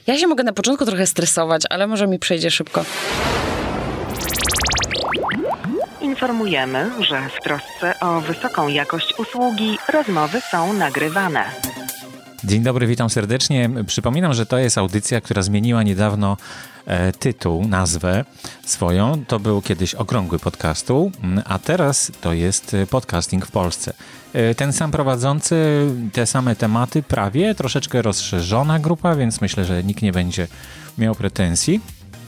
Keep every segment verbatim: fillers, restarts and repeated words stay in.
Ja się mogę na początku trochę stresować, ale może mi przejdzie szybko. Informujemy, że w trosce o wysoką jakość usługi rozmowy są nagrywane. Dzień dobry, witam serdecznie. Przypominam, że to jest audycja, która zmieniła niedawno e, tytuł, nazwę swoją. To był kiedyś Okrągły Podcastu, a teraz to jest Podcasting w Polsce. E, ten sam prowadzący, te same tematy prawie, troszeczkę rozszerzona grupa, więc myślę, że nikt nie będzie miał pretensji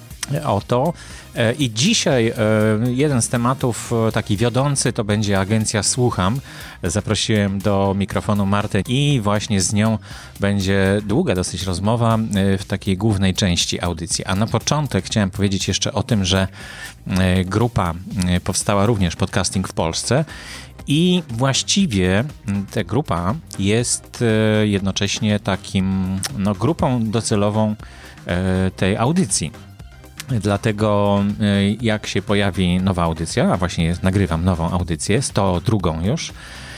o to. I dzisiaj jeden z tematów taki wiodący to będzie agencja Słucham. Zaprosiłem do mikrofonu Martę i właśnie z nią będzie długa dosyć rozmowa w takiej głównej części audycji. A na początek chciałem powiedzieć jeszcze o tym, że grupa powstała również Podcasting w Polsce i właściwie ta grupa jest jednocześnie takim no, grupą docelową tej audycji. Dlatego jak się pojawi nowa audycja, a właśnie nagrywam nową audycję, sto drugą już,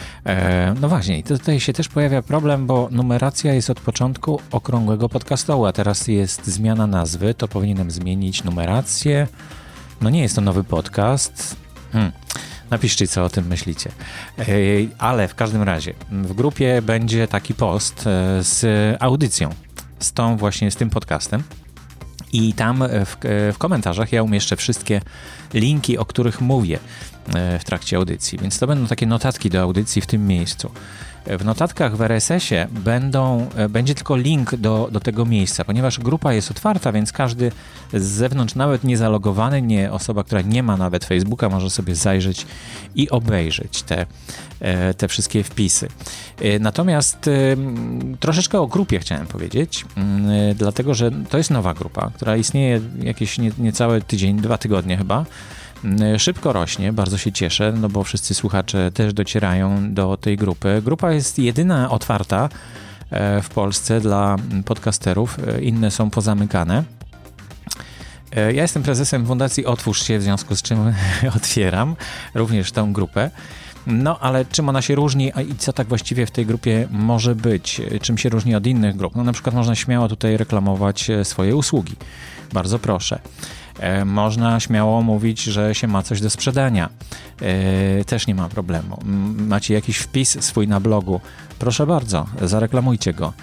no właśnie, tutaj się też pojawia problem, bo numeracja jest od początku Okrągłego Podcastu, a teraz jest zmiana nazwy, to powinienem zmienić numerację. No nie jest to nowy podcast. Hmm. Napiszcie, co o tym myślicie. Ale w każdym razie w grupie będzie taki post z audycją, z tą właśnie, z tym podcastem. I tam w, w komentarzach ja umieszczę wszystkie linki, o których mówię w trakcie audycji. Więc to będą takie notatki do audycji w tym miejscu. W notatkach w er es esie będą, będzie tylko link do, do tego miejsca, ponieważ grupa jest otwarta, więc każdy z zewnątrz, nawet niezalogowany, nie osoba, która nie ma nawet Facebooka, może sobie zajrzeć i obejrzeć te, te wszystkie wpisy. Natomiast troszeczkę o grupie chciałem powiedzieć, dlatego że to jest nowa grupa, która istnieje jakieś nie, niecały tydzień, dwa tygodnie chyba. Szybko rośnie, bardzo się cieszę, no bo wszyscy słuchacze też docierają do tej grupy. Grupa jest jedyna otwarta w Polsce dla podcasterów, inne są pozamykane. Ja jestem prezesem Fundacji Otwórz się, w związku z czym otwieram również tę grupę. No, ale czym ona się różni i co tak właściwie w tej grupie może być? Czym się różni od innych grup? No na przykład można śmiało tutaj reklamować swoje usługi. Bardzo proszę. E, można śmiało mówić, że się ma coś do sprzedania. E, też nie ma problemu. Macie jakiś wpis swój na blogu? Proszę bardzo, zareklamujcie go.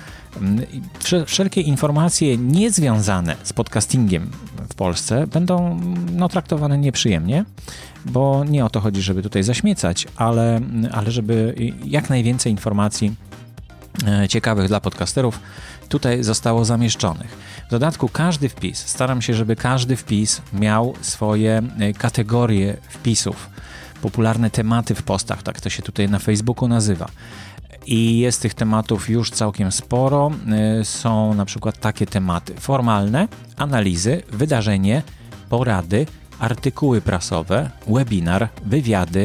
Wszelkie informacje niezwiązane z podcastingiem w Polsce będą no, traktowane nieprzyjemnie, bo nie o to chodzi, żeby tutaj zaśmiecać, ale, ale żeby jak najwięcej informacji ciekawych dla podcasterów tutaj zostało zamieszczonych. W dodatku każdy wpis, staram się, żeby każdy wpis miał swoje kategorie wpisów, popularne tematy w postach, tak to się tutaj na Facebooku nazywa. I jest tych tematów już całkiem sporo. Są na przykład takie tematy formalne, analizy, wydarzenie, porady, artykuły prasowe, webinar, wywiady,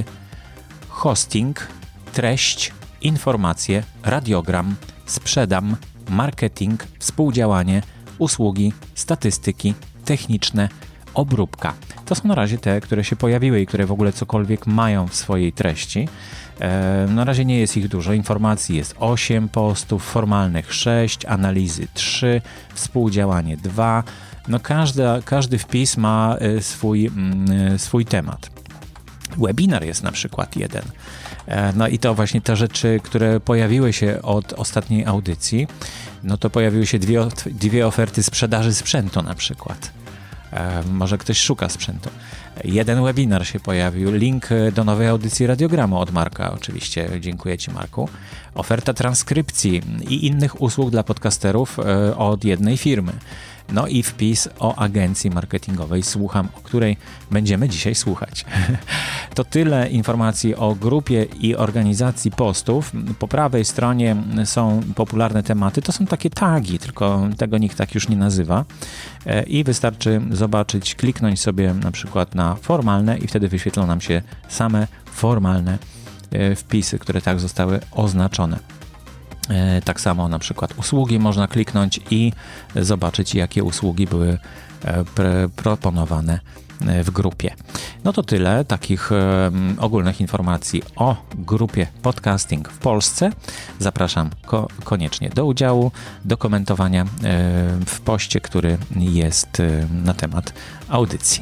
hosting, treść, informacje, radiogram, sprzedam, marketing, współdziałanie, usługi, statystyki, techniczne, obróbka. To są na razie te, które się pojawiły i które w ogóle cokolwiek mają w swojej treści. E, na razie nie jest ich dużo. Informacji jest osiem postów, formalnych sześć, analizy trzy, współdziałanie dwa. No każda, każdy wpis ma swój, swój temat. Webinar jest na przykład jeden. No i to właśnie te rzeczy, które pojawiły się od ostatniej audycji, no to pojawiły się dwie, dwie oferty sprzedaży sprzętu na przykład. Może ktoś szuka sprzętu. Jeden webinar się pojawił, link do nowej audycji radiogramu od Marka, oczywiście, dziękuję Ci Marku. Oferta transkrypcji i innych usług dla podcasterów od jednej firmy. No i wpis o agencji marketingowej Słucham, o której będziemy dzisiaj słuchać. To tyle informacji o grupie i organizacji postów. Po prawej stronie są popularne tematy. To są takie tagi, tylko tego nikt tak już nie nazywa. I wystarczy zobaczyć, kliknąć sobie na przykład na formalne i wtedy wyświetlą nam się same formalne wpisy, które tak zostały oznaczone. Tak samo na przykład usługi można kliknąć i zobaczyć, jakie usługi były proponowane w grupie. No to tyle takich um, ogólnych informacji o grupie Podcasting w Polsce. Zapraszam ko- koniecznie do udziału, do komentowania e, w poście, który jest e, na temat audycji.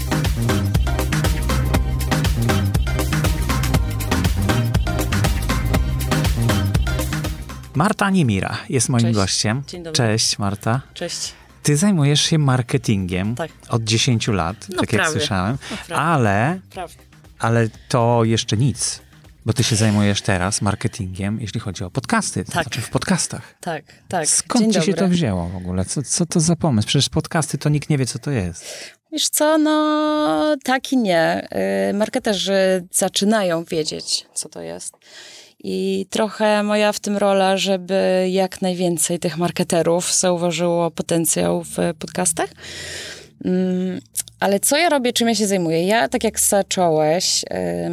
Marta Niemira jest moim Cześć. gościem. Dzień dobry. Cześć, Marta. Cześć. Ty zajmujesz się marketingiem Tak. od dziesięciu lat, No tak jak prawie. słyszałem, No prawie. ale, Prawda. ale to jeszcze nic, bo ty się zajmujesz teraz marketingiem, jeśli chodzi o podcasty, to Tak. znaczy w podcastach. Tak, tak. Skąd Dzień ci się dobry. to wzięło w ogóle? Co, co to za pomysł? Przecież podcasty to nikt nie wie, co to jest. Wiesz co, no tak i nie. Y, Marketerzy zaczynają wiedzieć, co to jest. I trochę moja w tym rola, żeby jak najwięcej tych marketerów zauważyło potencjał w podcastach. Mm, ale co ja robię, czym ja się zajmuję? Ja, tak jak zacząłeś,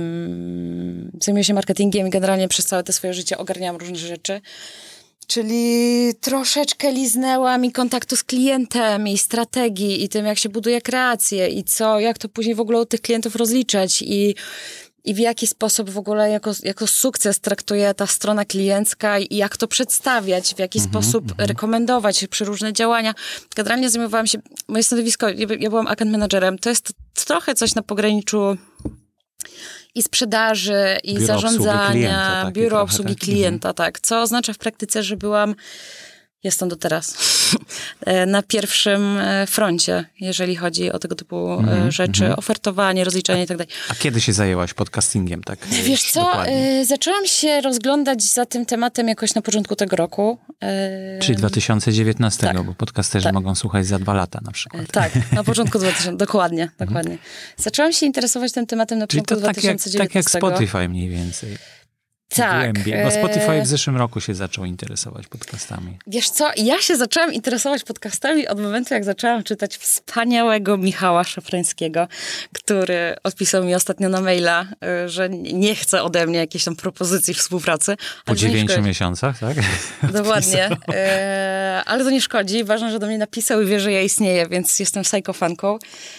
ym, zajmuję się marketingiem i generalnie przez całe te swoje życie ogarniałam różne rzeczy. Czyli troszeczkę liznęłam i kontaktu z klientem, i strategii, i tym, jak się buduje kreację, i co, jak to później w ogóle u tych klientów rozliczać, i, i w jaki sposób w ogóle jako, jako sukces traktuje ta strona kliencka, i jak to przedstawiać, w jaki mm-hmm, sposób mm-hmm. rekomendować przeróżne działania. Generalnie zajmowałam się, moje stanowisko, ja, ja byłam account managerem, to jest trochę coś na pograniczu i sprzedaży, i biuro zarządzania, obsługi klienta, biuro trochę, obsługi tak? klienta, mhm. tak. Co oznacza w praktyce, że byłam, jestem do teraz, na pierwszym froncie, jeżeli chodzi o tego typu mm, rzeczy, mm. ofertowanie, rozliczanie i tak dalej. A kiedy się zajęłaś podcastingiem? Tak, wiesz co, dokładnie? Zaczęłam się rozglądać za tym tematem jakoś na początku tego roku. Czyli dwa tysiące dziewiętnastego, tak, bo podcasterzy tak. mogą słuchać za dwa lata na przykład. Tak, na początku dwutysięcznego, dokładnie, dokładnie. Zaczęłam się interesować tym tematem na Czyli początku to tak dwa tysiące dziewiętnastego. Jak, tak jak Spotify mniej więcej. Tak. Głębiej. Bo Spotify w zeszłym roku się zaczął interesować podcastami. Wiesz co, ja się zaczęłam interesować podcastami od momentu, jak zaczęłam czytać wspaniałego Michała Szafrańskiego, który odpisał mi ostatnio na maila, że nie chce ode mnie jakiejś tam propozycji współpracy. Po dziewięciu miesiącach, tak? Dokładnie. E, ale to nie szkodzi. Ważne, że do mnie napisał i wie, że ja istnieję, więc jestem psychofanką.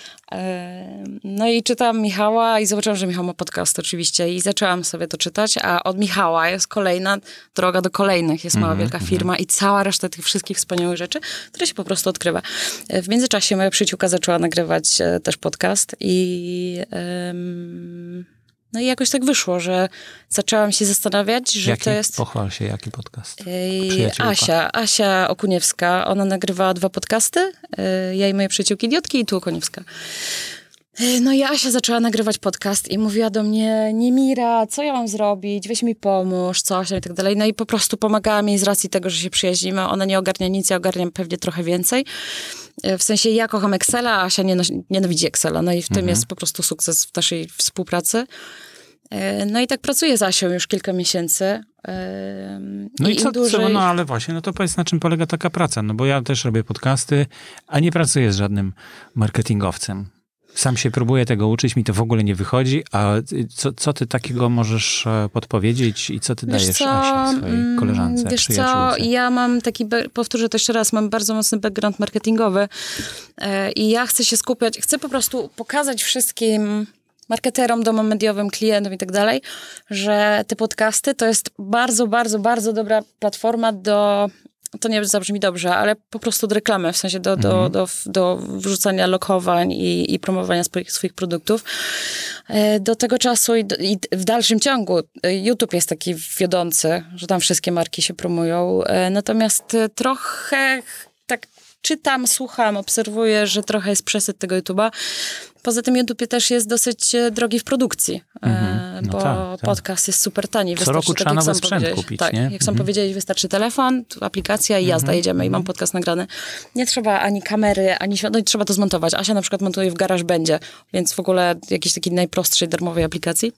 No i czytam Michała i zobaczyłam, że Michał ma podcast oczywiście i zaczęłam sobie to czytać, a od Michała jest kolejna droga do kolejnych. Jest mała, mm-hmm, wielka firma mm-hmm. i cała reszta tych wszystkich wspaniałych rzeczy, które się po prostu odkrywa. W międzyczasie moja przyjaciółka zaczęła nagrywać też podcast i um, no i jakoś tak wyszło, że zaczęłam się zastanawiać, że jaki? to jest... Pochwal się, jaki podcast? Asia, Asia Okuniewska. Ona nagrywała dwa podcasty. Ja i moje przyjaciółki Idiotki i tu Okuniewska. No i Asia zaczęła nagrywać podcast i mówiła do mnie: Niemira, co ja mam zrobić? Weź mi pomóż, coś tam i tak dalej. No i po prostu pomagała mi z racji tego, że się przyjaźnimy. Ona nie ogarnia nic, ja ogarniam pewnie trochę więcej. W sensie ja kocham Excela, a Asia nienawidzi Excela. No i w mhm. tym jest po prostu sukces w naszej współpracy. No i tak pracuję z Asią już kilka miesięcy. No i, i co, dłużej... co, no ale właśnie, no to powiedz, na czym polega taka praca, no bo ja też robię podcasty, a nie pracuję z żadnym marketingowcem. Sam się próbuję tego uczyć, mi to w ogóle nie wychodzi, a co, co ty takiego możesz podpowiedzieć i co ty wiesz dajesz co, Asi, swojej koleżance, wiesz przyjaciółce? co, ja mam taki, powtórzę to jeszcze raz, mam bardzo mocny background marketingowy i ja chcę się skupiać, chcę po prostu pokazać wszystkim marketerom, domom mediowym, klientom i tak dalej, że te podcasty to jest bardzo, bardzo, bardzo dobra platforma do, to nie zabrzmi dobrze, ale po prostu do reklamy, w sensie do, do, mm. do, do wrzucania lokowań i, i promowania swoich, swoich produktów. Do tego czasu i, do, i w dalszym ciągu YouTube jest taki wiodący, że tam wszystkie marki się promują. Natomiast trochę tak czytam, słucham, obserwuję, że trochę jest przesyt tego YouTube'a. Poza tym YouTube też jest dosyć drogi w produkcji, mm-hmm. no bo tak, tak. podcast jest super tani. Co wystarczy, roku tak trzeba nowy sprzęt powiedzieć. kupić, tak, nie? jak sam mm-hmm. powiedzieli, wystarczy telefon, aplikacja i jazda, mm-hmm. jedziemy i mam podcast nagrany. Nie trzeba ani kamery, ani światła, no i trzeba to zmontować. Asia na przykład montuje w GarageBandzie, więc w ogóle jakiejś takiej najprostszej, darmowej aplikacji.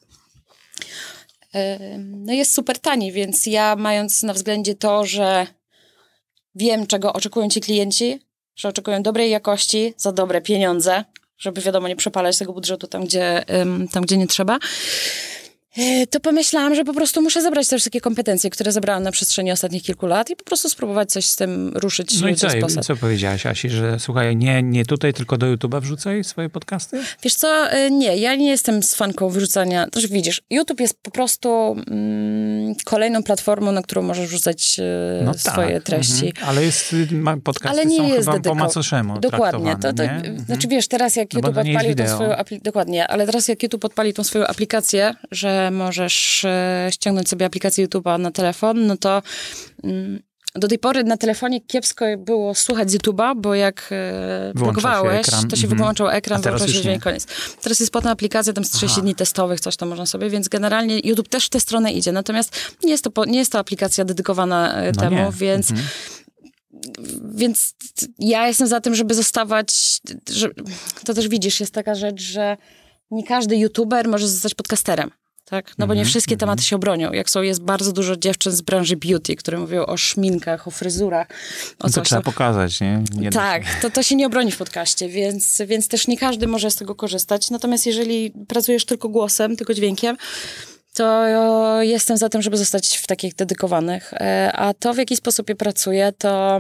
No jest super tani, więc ja mając na względzie to, że wiem, czego oczekują ci klienci, że oczekują dobrej jakości za dobre pieniądze, żeby wiadomo nie przepalać tego budżetu tam, gdzie, um, tam, gdzie nie trzeba. to pomyślałam, że po prostu muszę zebrać te wszystkie kompetencje, które zebrałam na przestrzeni ostatnich kilku lat i po prostu spróbować coś z tym ruszyć. No i co, sposób. co powiedziałaś, Asi, że słuchaj, nie, nie tutaj, tylko do YouTube'a wrzucaj swoje podcasty? Wiesz co, nie, ja nie jestem z fanką wrzucania. Też widzisz, YouTube jest po prostu mm, kolejną platformą, na którą możesz wrzucać e, no swoje tak, treści. Mhm. Ale jest, ma, podcasty Ale nie są jest chyba dedyko- po macoszemu Dokładnie. To, to, mhm. Znaczy wiesz, teraz jak No YouTube to nie jest odpalił tą wideo. swoją aplikację, dokładnie, ale teraz jak YouTube odpali tą swoją aplikację, że możesz e, ściągnąć sobie aplikację YouTube'a na telefon, no to mm, do tej pory na telefonie kiepsko było słuchać z YouTube'a, bo jak e, blokowałeś, to się mhm. wyłączał ekran, wyłączał się już dźwięk, koniec. Teraz jest potem aplikacja tam z trzydzieści dni testowych, coś tam można sobie, więc generalnie YouTube też w tę stronę idzie. Natomiast nie jest to, po, nie jest to aplikacja dedykowana e, No temu, nie. więc... Mhm. Więc ja jestem za tym, żeby zostawać, że, to też widzisz, jest taka rzecz, że nie każdy youtuber może zostać podcasterem, tak? No bo nie wszystkie tematy się obronią. Jak są, jest bardzo dużo dziewczyn z branży beauty, które mówią o szminkach, o fryzurach, o No to coś. trzeba to, pokazać, nie? nie tak, to, to się nie obroni w podcaście, więc, więc też nie każdy może z tego korzystać. Natomiast jeżeli pracujesz tylko głosem, tylko dźwiękiem, to jestem za tym, żeby zostać w takich dedykowanych. A to, w jaki sposób je pracuję, to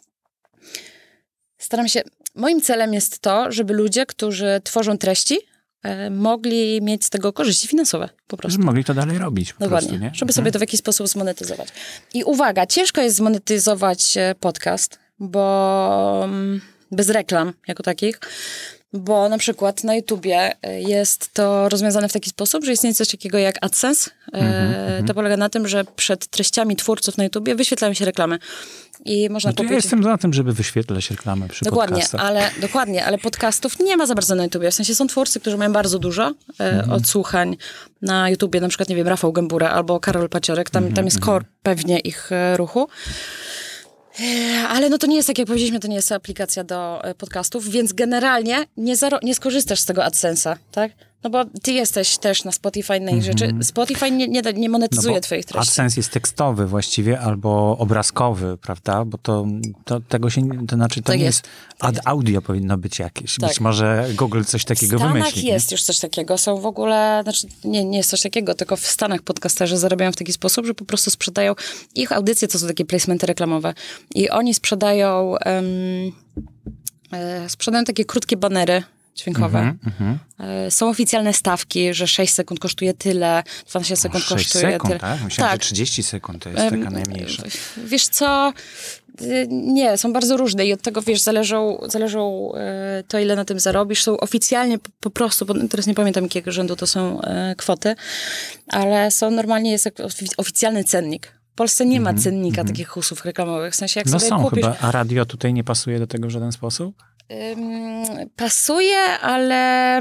staram się... Moim celem jest to, żeby ludzie, którzy tworzą treści, mogli mieć z tego korzyści finansowe, po prostu. Żeby mogli to dalej robić po Dokładnie, prostu, nie? żeby sobie to w jakiś sposób zmonetyzować. I uwaga, ciężko jest zmonetyzować podcast, bo bez reklam jako takich, bo na przykład na YouTubie jest to rozwiązane w taki sposób, że istnieje coś takiego jak AdSense. Mm-hmm. To polega na tym, że przed treściami twórców na YouTubie wyświetlają się reklamy. I można no to kupić... ja jestem za tym, żeby wyświetlać reklamy przy dokładnie, podcastach. ale Dokładnie, ale podcastów nie ma za bardzo na YouTubie. W sensie są twórcy, którzy mają bardzo dużo e, mm-hmm. odsłuchań na YouTubie, na przykład, nie wiem, Rafał Gębura albo Karol Paciorek. Tam, mm-hmm. tam jest core pewnie ich e, ruchu. Ale no to nie jest, tak jak powiedzieliśmy, to nie jest aplikacja do podcastów, więc generalnie nie, zaro- nie skorzystasz z tego AdSense'a, tak? No bo ty jesteś też na Spotify, na ich mm-hmm. rzeczy. Spotify nie, nie, nie monetyzuje no twoich treści. AdSense jest tekstowy właściwie, albo obrazkowy, prawda? Bo to, to tego się, to znaczy to tak nie jest. jest, ad audio powinno być jakieś. Tak. Być może Google coś takiego w Stanach wymyśli. jest nie? już coś takiego. Są w ogóle, znaczy nie, nie jest coś takiego, tylko w Stanach podcasterzy zarabiają w taki sposób, że po prostu sprzedają ich audycje, to są takie placementy reklamowe. I oni sprzedają um, e, sprzedają takie krótkie banery dźwiękowe. Mm-hmm, mm-hmm. Są oficjalne stawki, że sześć sekund kosztuje tyle, dwanaście sekund sześć kosztuje sekund, tyle. tak? Myślałem, tak. że trzydzieści sekund to jest um, taka najmniejsza. Wiesz co, nie, są bardzo różne i od tego, wiesz, zależą, zależą to, ile na tym zarobisz. Są oficjalnie po, po prostu, bo teraz nie pamiętam, jakiego rzędu to są e, kwoty, ale są normalnie, jest oficjalny cennik. W Polsce nie ma cennika mm-hmm. takich usług reklamowych. W sensie, jak no sobie są kupisz... chyba, a radio tutaj nie pasuje do tego w żaden sposób? Ym, pasuje, ale...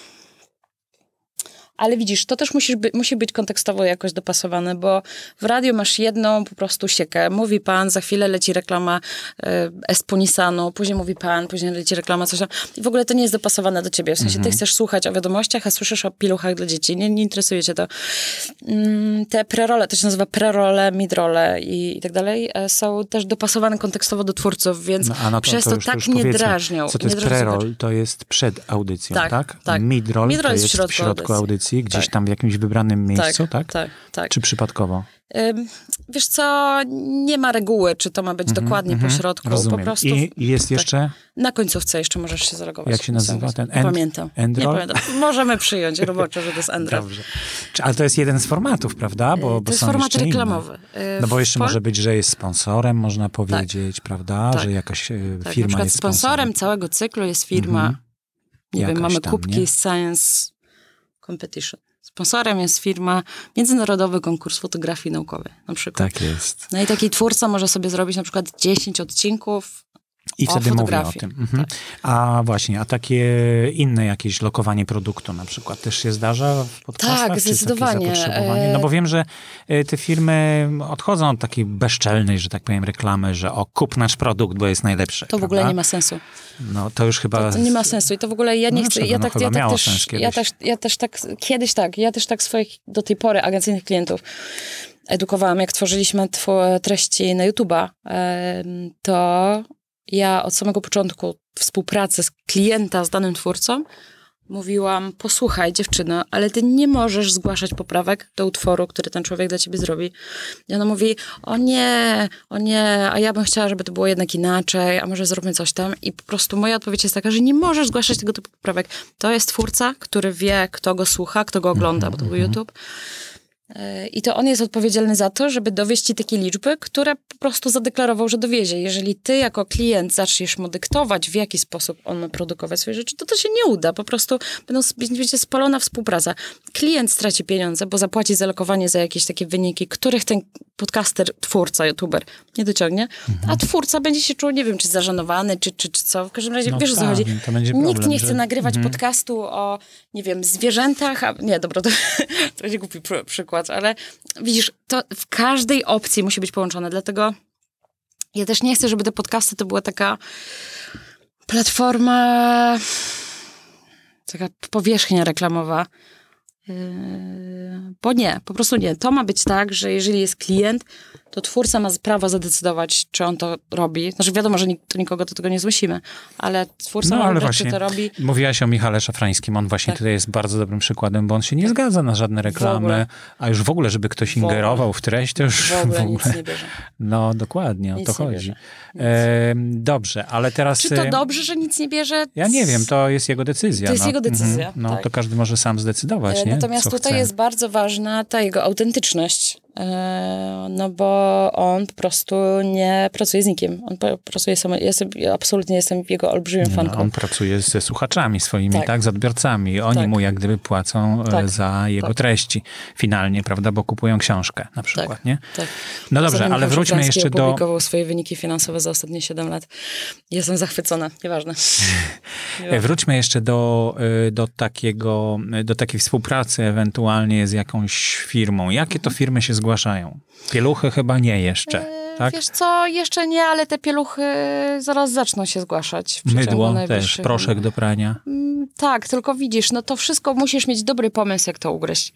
Ale widzisz, to też musi, by, musi być kontekstowo jakoś dopasowane, bo w radiu masz jedną po prostu siekę. Mówi pan, za chwilę leci reklama y, Espunisanu, później mówi pan, później leci reklama coś tam. I w ogóle to nie jest dopasowane do ciebie. W sensie ty chcesz słuchać o wiadomościach, a słyszysz o piluchach dla dzieci. Nie, nie interesuje cię to. Mm, te prerole, to się nazywa prerole, midrole i, i tak dalej, są też dopasowane kontekstowo do twórców, więc no, no to, przez to, to już, tak to już nie drażnią. Co to jest prerol? To jest przed audycją, tak? tak? tak. Midroll Midroll to jest jest w środku, w środku audycji. audycji. Gdzieś tak. tam w jakimś wybranym miejscu, tak? Tak, tak, tak. Czy przypadkowo? Ym, wiesz co, nie ma reguły, czy to ma być mm-hmm, dokładnie mm-hmm, po środku. Rozumiem. Po prostu, I jest tak, jeszcze? Na końcówce jeszcze możesz się zalogować. Jak się nazywa ten? Nie pamiętam. Endroll? Nie pamiętam. Możemy przyjąć roboczo, że to jest Endroll. Dobrze. Ale to jest jeden z formatów, prawda? Bo, bo to jest są format jeszcze reklamowy. Inne. No bo jeszcze Pol... może być, że jest sponsorem, można powiedzieć, tak. prawda? Tak. Że jakaś tak, firma na przykład jest sponsorem. Sponsorem całego cyklu jest firma, mm-hmm. nie Jakaś wiem, mamy tam, kubki nie? Science Competition. Sponsorem jest firma Międzynarodowy Konkurs Fotografii Naukowej, na przykład. Tak jest. No i taki twórca może sobie zrobić na przykład dziesięć odcinków I wtedy mówię o tym. Mhm. Tak. A właśnie, a takie inne jakieś lokowanie produktu na przykład też się zdarza w podcastach? Tak, zdecydowanie. Czy zapotrzebowanie? No bo wiem, że te firmy odchodzą od takiej bezczelnej, że tak powiem, reklamy, że o, kup nasz produkt, bo jest najlepszy. To prawda? w ogóle nie ma sensu. No to już chyba... To, to nie ma sensu i to w ogóle ja nie no, chcę... No, ja no, tak, chyba ja tak miało też, sens kiedyś. Ja też, ja też tak, kiedyś tak, ja też tak swoich do tej pory agencyjnych klientów edukowałam, jak tworzyliśmy tw- treści na YouTube'a, to ja od samego początku współpracy z klienta z danym twórcą mówiłam, posłuchaj dziewczyno, ale ty nie możesz zgłaszać poprawek do utworu, który ten człowiek dla ciebie zrobi. I ona mówi, o nie, o nie, a ja bym chciała, żeby to było jednak inaczej, a może zróbmy coś tam. I po prostu moja odpowiedź jest taka, że nie możesz zgłaszać tego typu poprawek. To jest twórca, który wie, kto go słucha, kto go ogląda, bo to był YouTube. I to on jest odpowiedzialny za to, żeby dowieść ci takie liczby, które po prostu zadeklarował, że dowiezie. Jeżeli ty jako klient zaczniesz mu dyktować, w jaki sposób on ma produkować swoje rzeczy, to to się nie uda. Po prostu będą, będzie spalona współpraca. Klient straci pieniądze, bo zapłaci za lokowanie za jakieś takie wyniki, których ten podcaster, twórca, youtuber nie dociągnie, mhm. a twórca będzie się czuł, nie wiem, czy zażenowany, czy, czy, czy co. W każdym razie, no wiesz, o co chodzi. To będzie Nikt problem, nie chce że... nagrywać mhm. podcastu o, nie wiem, zwierzętach, a nie, dobra, to, to będzie głupi pr- przykład, ale widzisz, to w każdej opcji musi być połączone, dlatego ja też nie chcę, żeby te podcasty to była taka platforma, taka powierzchnia reklamowa, yy, bo nie, po prostu nie. To ma być tak, że jeżeli jest klient, to twórca ma prawo zadecydować, czy on to robi. Znaczy wiadomo, że to nikogo do tego nie zmusimy, ale twórca no, ma ale wybrać, właśnie, czy to robi. Mówiłaś o Michale Szafrańskim, on właśnie tak. tutaj jest bardzo dobrym przykładem, bo on się nie zgadza na żadne reklamy, a już w ogóle, żeby ktoś ingerował w, w treść, to już w ogóle, w ogóle nic nie bierze. No dokładnie, o nic to chodzi. E, dobrze, ale teraz... Czy to dobrze, że nic nie bierze? Ja nie wiem, to jest jego decyzja. To jest no. jego decyzja, mhm. No tak. to każdy może sam zdecydować, e, nie? Natomiast Co tutaj chce. jest bardzo ważna ta jego autentyczność. No bo on po prostu nie pracuje z nikim. On pracuje sam. Ja, ja absolutnie jestem jego olbrzymią no, fanką. On pracuje ze słuchaczami swoimi, tak, tak z odbiorcami. Oni tak. mu jak gdyby płacą tak. za jego tak. treści finalnie, prawda, bo kupują książkę na przykład, tak. nie? Tak. No dobrze, Zanim ale wróćmy Szafrański jeszcze do... opublikował swoje wyniki finansowe za ostatnie siedem lat. Jestem zachwycona. Nieważne. Nieważne. Wróćmy jeszcze do, do takiego, do takiej współpracy ewentualnie z jakąś firmą. Jakie to firmy się zgłaszają? Pieluchy chyba nie jeszcze, e, tak? Wiesz co, jeszcze nie, ale te pieluchy zaraz zaczną się zgłaszać. W Mydło też, proszek do prania. Mm, tak, tylko widzisz, no to wszystko musisz mieć dobry pomysł, jak to ugryźć.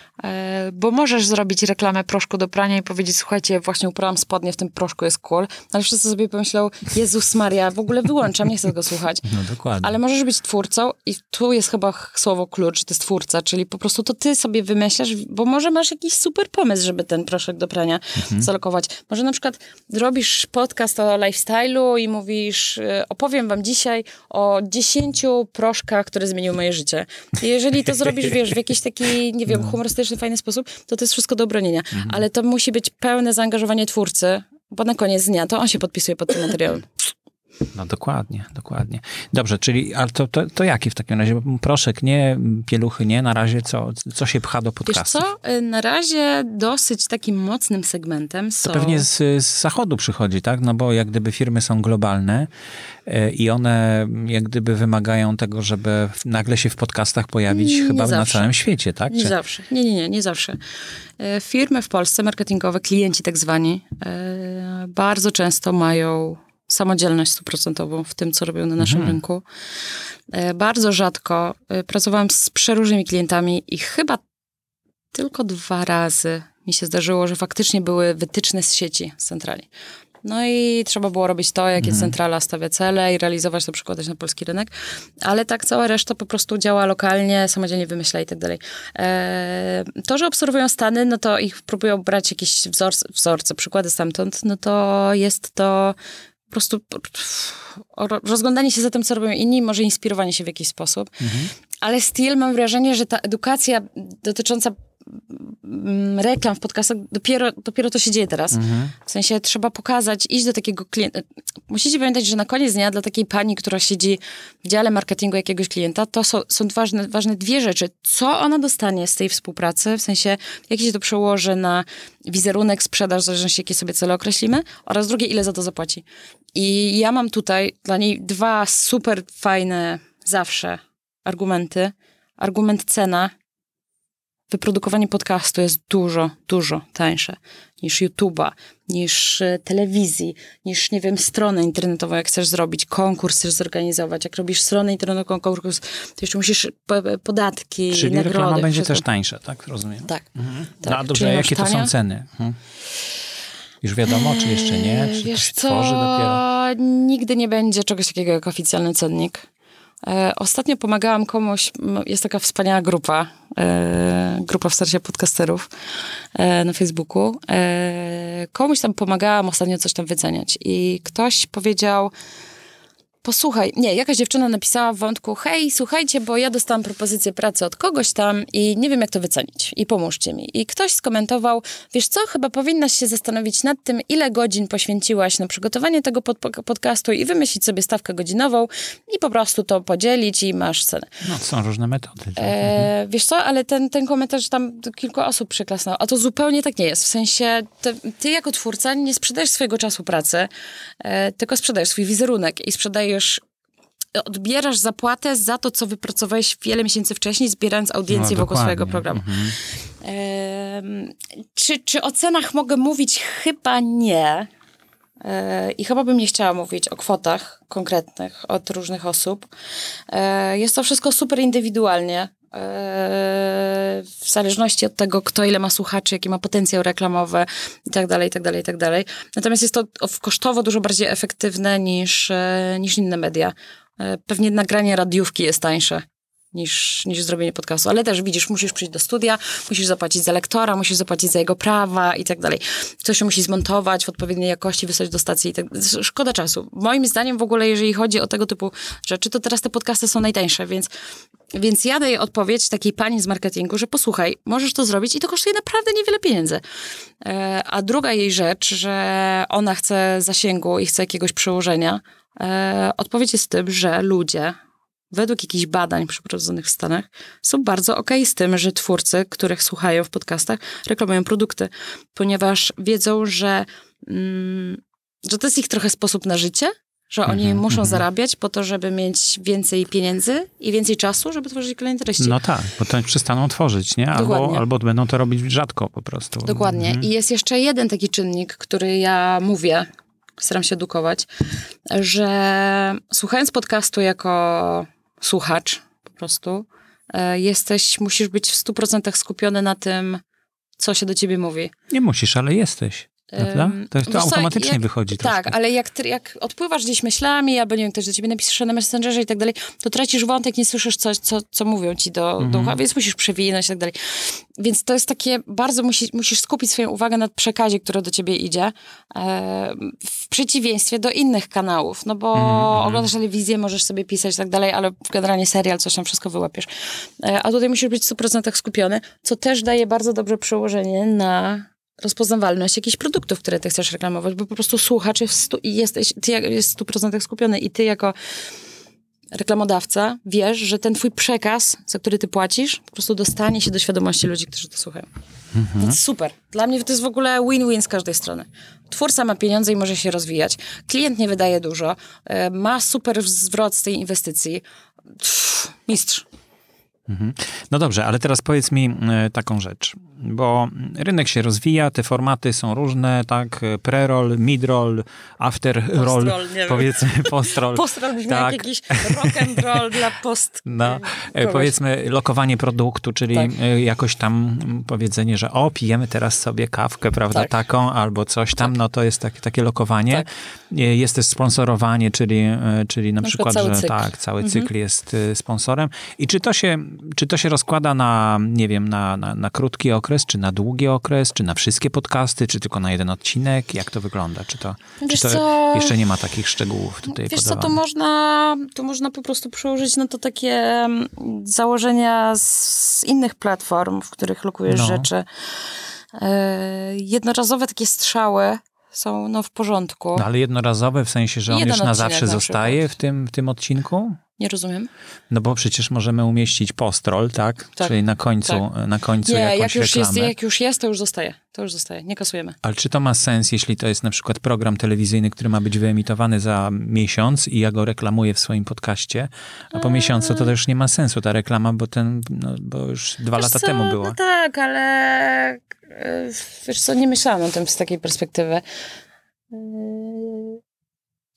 E, bo możesz zrobić reklamę proszku do prania i powiedzieć, słuchajcie, właśnie uprałam spodnie, w tym proszku jest cool, ale wszyscy sobie pomyślą, Jezus Maria, w ogóle wyłączam, nie chcę tego słuchać. No dokładnie. Ale możesz być twórcą i tu jest chyba słowo klucz, to jest twórca, czyli po prostu to ty sobie wymyślasz, bo może masz jakiś super pomysł, żeby ten proszek do prania mhm. zalokować. Może na przykład robisz podcast o lifestyle'u i mówisz, opowiem wam dzisiaj o dziesięciu proszkach, które zmieniły moje życie. I jeżeli to zrobisz, wiesz, w jakiś taki, nie wiem, humorystyczny, fajny sposób, to to jest wszystko do obronienia. Mhm. Ale to musi być pełne zaangażowanie twórcy, bo na koniec dnia to on się podpisuje pod tym materiałem. No dokładnie, dokładnie. Dobrze, czyli ale to, to, to jaki w takim razie? Proszek nie, pieluchy nie, na razie co, co się pcha do podcastów? Wiesz co, na razie dosyć takim mocnym segmentem są... To pewnie z, z zachodu przychodzi, tak? No bo jak gdyby firmy są globalne yy, i one jak gdyby wymagają tego, żeby nagle się w podcastach pojawić nie chyba zawsze. Na całym świecie, tak? Nie Czy... zawsze. Nie, nie, nie, nie zawsze. Yy, firmy w Polsce, marketingowe, klienci tak zwani, yy, bardzo często mają samodzielność stuprocentową w tym, co robią na naszym mhm. rynku. Bardzo rzadko pracowałam z przeróżnymi klientami i chyba tylko dwa razy mi się zdarzyło, że faktycznie były wytyczne z sieci, z centrali. No i trzeba było robić to, jakie mhm. centrala stawia cele i realizować to, przekładać na polski rynek. Ale tak cała reszta po prostu działa lokalnie, samodzielnie wymyśla i tak dalej. To, że obserwują Stany, no to ich próbują brać jakieś wzorce, wzorce, przykłady stamtąd, no to jest to po prostu rozglądanie się za tym, co robią inni, może inspirowanie się w jakiś sposób. Mhm. Ale still mam wrażenie, że ta edukacja dotycząca reklam w podcastach, dopiero, dopiero to się dzieje teraz. Mhm. W sensie trzeba pokazać, iść do takiego klienta. Musicie pamiętać, że na koniec dnia dla takiej pani, która siedzi w dziale marketingu jakiegoś klienta, to są, są ważne, ważne dwie rzeczy. Co ona dostanie z tej współpracy, w sensie jak się to przełoży na wizerunek, sprzedaż, w zależności jakie sobie cele określimy, oraz drugie, ile za to zapłaci. I ja mam tutaj dla niej dwa super fajne zawsze argumenty. Argument cena. Wyprodukowanie podcastu jest dużo, dużo tańsze niż YouTube'a, niż telewizji, niż, nie wiem, stronę internetową, jak chcesz zrobić, konkurs chcesz zorganizować. Jak robisz stronę internetową, konkurs, to jeszcze musisz podatki, czyli nagrody. Czyli reklama będzie wszystko. też tańsza, tak? Rozumiem. Tak. Mhm. tak. No dobrze, jakie to są ceny? Hmm. Już wiadomo, czy jeszcze nie? Czy Wiesz to się co? tworzy dopiero? Nigdy nie będzie czegoś takiego jak oficjalny cennik. E, ostatnio pomagałam komuś, jest taka wspaniała grupa, e, grupa wsparcia podcasterów e, na Facebooku. E, komuś tam pomagałam ostatnio coś tam wyceniać i ktoś powiedział, posłuchaj, nie, jakaś dziewczyna napisała w wątku, hej, słuchajcie, bo ja dostałam propozycję pracy od kogoś tam i nie wiem, jak to wycenić i pomóżcie mi. I ktoś skomentował, wiesz co, chyba powinnaś się zastanowić nad tym, ile godzin poświęciłaś na przygotowanie tego pod podcastu i wymyślić sobie stawkę godzinową i po prostu to podzielić i masz cenę. No, są różne metody. Tak? E, wiesz co, ale ten, ten komentarz tam kilku osób przyklasnęło, a to zupełnie tak nie jest. W sensie, ty, ty jako twórca nie sprzedajesz swojego czasu pracy, e, tylko sprzedajesz swój wizerunek i sprzedajesz odbierasz zapłatę za to, co wypracowałeś wiele miesięcy wcześniej, zbierając audiencję no, wokół swojego programu. Mhm. E, czy, czy o cenach mogę mówić? Chyba nie. E, I chyba bym nie chciała mówić o kwotach konkretnych od różnych osób. E, jest to wszystko super indywidualnie. E, w zależności od tego, kto ile ma słuchaczy, jaki ma potencjał reklamowy i tak dalej, i tak dalej, i tak dalej. Natomiast jest to kosztowo dużo bardziej efektywne niż, niż inne media. Pewnie nagranie radiówki jest tańsze niż, niż zrobienie podcastu. Ale też widzisz, musisz przyjść do studia, musisz zapłacić za lektora, musisz zapłacić za jego prawa i tak dalej. Coś się musi zmontować w odpowiedniej jakości, wysłać do stacji i tak dalej. Szkoda czasu. Moim zdaniem w ogóle, jeżeli chodzi o tego typu rzeczy, to teraz te podcasty są najtańsze, więc, więc ja daję odpowiedź takiej pani z marketingu, że posłuchaj, możesz to zrobić i to kosztuje naprawdę niewiele pieniędzy. E, a druga jej rzecz, że ona chce zasięgu i chce jakiegoś przełożenia, e, odpowiedź jest w tym, że ludzie według jakichś badań przeprowadzonych w Stanach są bardzo okej z tym, że twórcy, których słuchają w podcastach, reklamują produkty, ponieważ wiedzą, że, mm, że to jest ich trochę sposób na życie, że oni mm-hmm, muszą mm-hmm. zarabiać po to, żeby mieć więcej pieniędzy i więcej czasu, żeby tworzyć kolejne treści. No tak, bo to przestaną tworzyć, nie? Albo, albo będą to robić rzadko po prostu. Dokładnie. Mm-hmm. I jest jeszcze jeden taki czynnik, który ja mówię, staram się edukować, że słuchając podcastu jako słuchacz po prostu, e, jesteś, musisz być w stu procentach skupiony na tym, co się do ciebie mówi. Nie musisz, ale jesteś. Prawda? To, to automatycznie jak, wychodzi Tak, troszkę. ale jak, jak odpływasz gdzieś myślami, albo nie wiem, ktoś do ciebie napisze na Messengerze i tak dalej, to tracisz wątek, nie słyszysz coś, co, co mówią ci do, mhm. do ucha, więc musisz przewinąć i tak dalej. Więc to jest takie, bardzo musi, musisz skupić swoją uwagę na przekazie, który do ciebie idzie, e, w przeciwieństwie do innych kanałów, no bo mhm. oglądasz telewizję, możesz sobie pisać i tak dalej, ale generalnie serial, coś tam wszystko wyłapiesz. E, a tutaj musisz być w stu procentach skupiony, co też daje bardzo dobre przełożenie na rozpoznawalność jakichś produktów, które ty chcesz reklamować, bo po prostu słuchacz jest w stu, i jesteś, ty jest w stu procentach skupiony i ty jako reklamodawca wiesz, że ten twój przekaz, za który ty płacisz, po prostu dostanie się do świadomości ludzi, którzy to słuchają. Mhm. Więc super. Dla mnie to jest w ogóle win-win z każdej strony. Twórca ma pieniądze i może się rozwijać. Klient nie wydaje dużo. Ma super zwrot z tej inwestycji. Pff, mistrz. No dobrze, ale teraz powiedz mi e, taką rzecz, bo rynek się rozwija, te formaty są różne, tak, pre-roll, mid-roll, after-roll, powiedzmy post-roll. Post-roll brzmi tak. jak jakiś rock-and-roll dla post... No, e, powiedzmy lokowanie produktu, czyli tak. jakoś tam powiedzenie, że o, pijemy teraz sobie kawkę, prawda, tak. taką, albo coś tam, tak. no to jest tak, takie lokowanie. Tak. Jest też sponsorowanie, czyli, czyli na, na przykład, przykład że cykl. tak, cały mhm. cykl jest sponsorem. I czy to się, czy to się rozkłada na, nie wiem, na, na, na krótki okres, czy na długi okres, czy na wszystkie podcasty, czy tylko na jeden odcinek? Jak to wygląda? Czy to, czy to co? Jeszcze nie ma takich szczegółów tutaj Wiesz podawanych? co, to można, to można po prostu przełożyć na to takie założenia z innych platform, w których lokujesz no. rzeczy. Jednorazowe takie strzały są no, w porządku. No, ale jednorazowe w sensie, że on już na zawsze na zostaje w tym, w tym odcinku? Nie rozumiem. No bo przecież możemy umieścić post-roll, tak? tak? Czyli na końcu, tak. na końcu nie, jakąś jak już reklamę. Jest, jak już jest, to już zostaje. To już zostaje. Nie kasujemy. Ale czy to ma sens, jeśli to jest na przykład program telewizyjny, który ma być wyemitowany za miesiąc i ja go reklamuję w swoim podcaście, a po eee. miesiącu to też nie ma sensu ta reklama, bo ten, no, bo już dwa wiesz lata co? temu była. No tak, ale wiesz co, nie myślałam o tym z takiej perspektywy.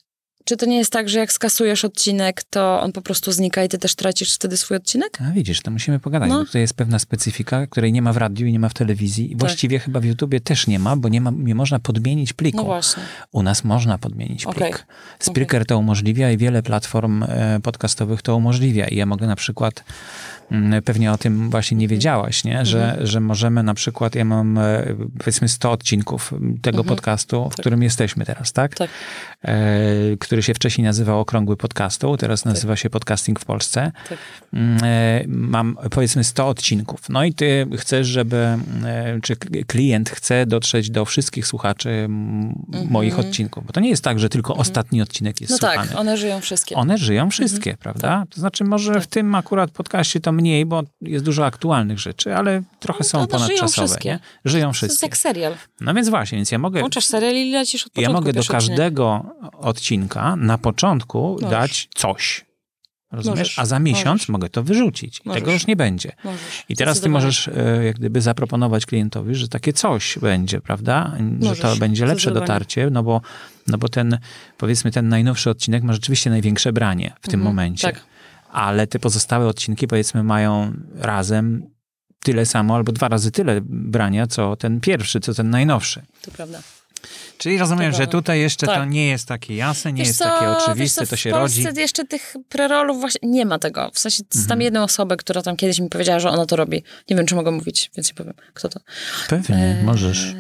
czy to nie jest tak, że jak skasujesz odcinek, to on po prostu znika i ty też tracisz wtedy swój odcinek? A widzisz, to musimy pogadać, No. bo tutaj jest pewna specyfika, której nie ma w radiu i nie ma w telewizji. I właściwie chyba w YouTubie też nie ma, bo nie, ma, nie można podmienić pliku. No właśnie. U nas można podmienić Okej. plik. Spreaker to umożliwia i wiele platform e, podcastowych to umożliwia. I ja mogę na przykład, m, pewnie o tym właśnie nie wiedziałaś, nie? Że, Mhm. że możemy na przykład, ja mam e, powiedzmy sto odcinków tego Mhm. podcastu, w Tak. którym jesteśmy teraz, tak? Tak. E, który się wcześniej nazywał Okrągły Podcastu, teraz nazywa się Podcasting w Polsce. Tak. E, mam powiedzmy sto odcinków. No i ty chcesz, żeby, e, czy klient chce dotrzeć do wszystkich słuchaczy m, moich odcinków. Bo to nie jest tak, że tylko ostatni odcinek jest No słuchany. tak, one żyją wszystkie. One żyją wszystkie, prawda? To znaczy może w tym akurat podcaście to mniej, bo jest dużo aktualnych rzeczy, ale trochę No, są one żyją ponadczasowe. wszystkie. Nie? Żyją To jest wszystkie. jak serial. No więc właśnie, więc ja mogę... Włączasz serial i lecisz od Ja początku. mogę do pierwszy odcinek. każdego odcinka na początku Możesz. dać coś. Rozumiesz? Możesz. A za miesiąc Możesz. mogę to wyrzucić. I Możesz. tego już nie będzie. Możesz. I teraz ty Zdecydowanie. możesz e, jak gdyby zaproponować klientowi, że takie coś będzie, prawda? Że to Możesz. będzie lepsze Zdecydowanie. dotarcie, no bo, no bo ten, powiedzmy, ten najnowszy odcinek ma rzeczywiście największe branie w tym Mhm. momencie. Tak. Ale te pozostałe odcinki, powiedzmy, mają razem tyle samo albo dwa razy tyle brania, co ten pierwszy, co ten najnowszy. To prawda. Czyli rozumiem, To że prawda. tutaj jeszcze to Tak. nie jest takie jasne, nie Wiesz jest co, takie wiesz oczywiste, co, to się w Polsce rodzi. jeszcze tych prerolów właśnie nie ma tego. W sensie Mhm. znam jedną osobę, która tam kiedyś mi powiedziała, że ona to robi. Nie wiem, czy mogę mówić, więc nie powiem, kto to. Pewnie, możesz.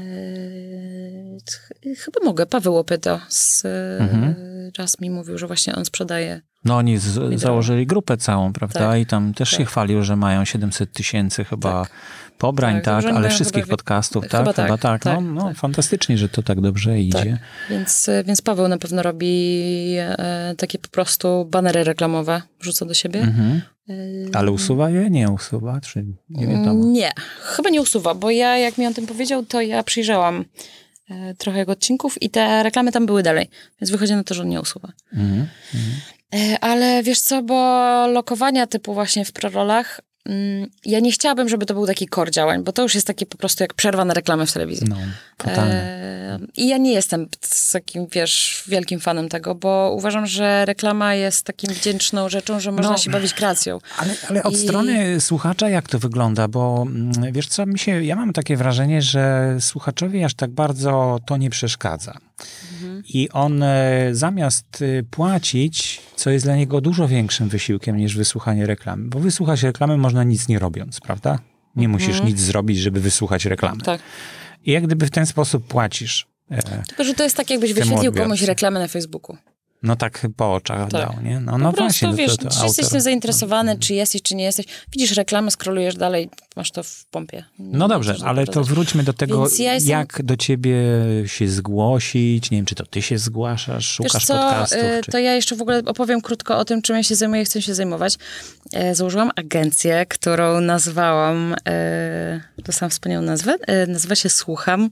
Eee, ch- chyba mogę. Paweł Opyta z, Mhm. raz mi mówił, że właśnie on sprzedaje. No oni z, założyli grupę całą, prawda? Tak, I tam też tak. się chwalił, że mają siedemset tysięcy chyba pobrań, Tak, tak, że oni ale mają wszystkich chyba- podcastów, chyba tak? tak, Chyba tak. tak, No, no tak. fantastycznie, że to tak dobrze idzie. Więc, więc Paweł na pewno robi e, takie po prostu banery reklamowe, wrzuca do siebie. Mhm. E, Ale usuwa je? Nie usuwa? Czy nie wiadomo? Nie, chyba nie usuwa, bo ja jak mi o tym powiedział, to ja przyjrzałam e, trochę jego odcinków i te reklamy tam były dalej, więc wychodzi na to, że on nie usuwa. Mhm. E, ale wiesz co, bo lokowania typu właśnie w prerolach, mm, ja nie chciałabym, żeby to był taki core działań, bo to już jest takie po prostu jak przerwa na reklamę w telewizji. No, fatalne. E, I ja nie jestem takim, wiesz, wielkim fanem tego, bo uważam, że reklama jest takim wdzięczną rzeczą, że można No. się bawić kreacją. Ale, ale od I- strony słuchacza jak to wygląda? Bo mm, wiesz co, mi się, ja mam takie wrażenie, że słuchaczowi aż tak bardzo to nie przeszkadza. Mhm. I on e, zamiast e, płacić, co jest dla niego dużo większym wysiłkiem niż wysłuchanie reklamy, bo wysłuchać reklamy można nic nie robiąc, prawda? Nie musisz nic zrobić, żeby wysłuchać reklamy. Tak. I jak gdyby w ten sposób płacisz. E, Tylko, że to jest tak, jakbyś Temu wyświetlił odbiorcy. komuś reklamę na Facebooku. no tak po oczach Tak. dał, nie? No, Po no prostu, właśnie. no wiesz, to, to czy jesteś autor- tym zainteresowany, czy jesteś, czy nie jesteś. Widzisz reklamę, scrollujesz dalej, masz to w pompie. Nie No dobrze, możesz ale to zapraszać. wróćmy do tego, Więc ja jestem- jak do ciebie się zgłosić. Nie wiem, czy to ty się zgłaszasz, szukasz Wiesz co, podcastów. y, Czy... to ja jeszcze w ogóle opowiem krótko o tym, czym ja się zajmuję, chcę się zajmować. E, Założyłam agencję, którą nazwałam, e, to sam wspaniałą nazwę, e, nazywa się Słucham.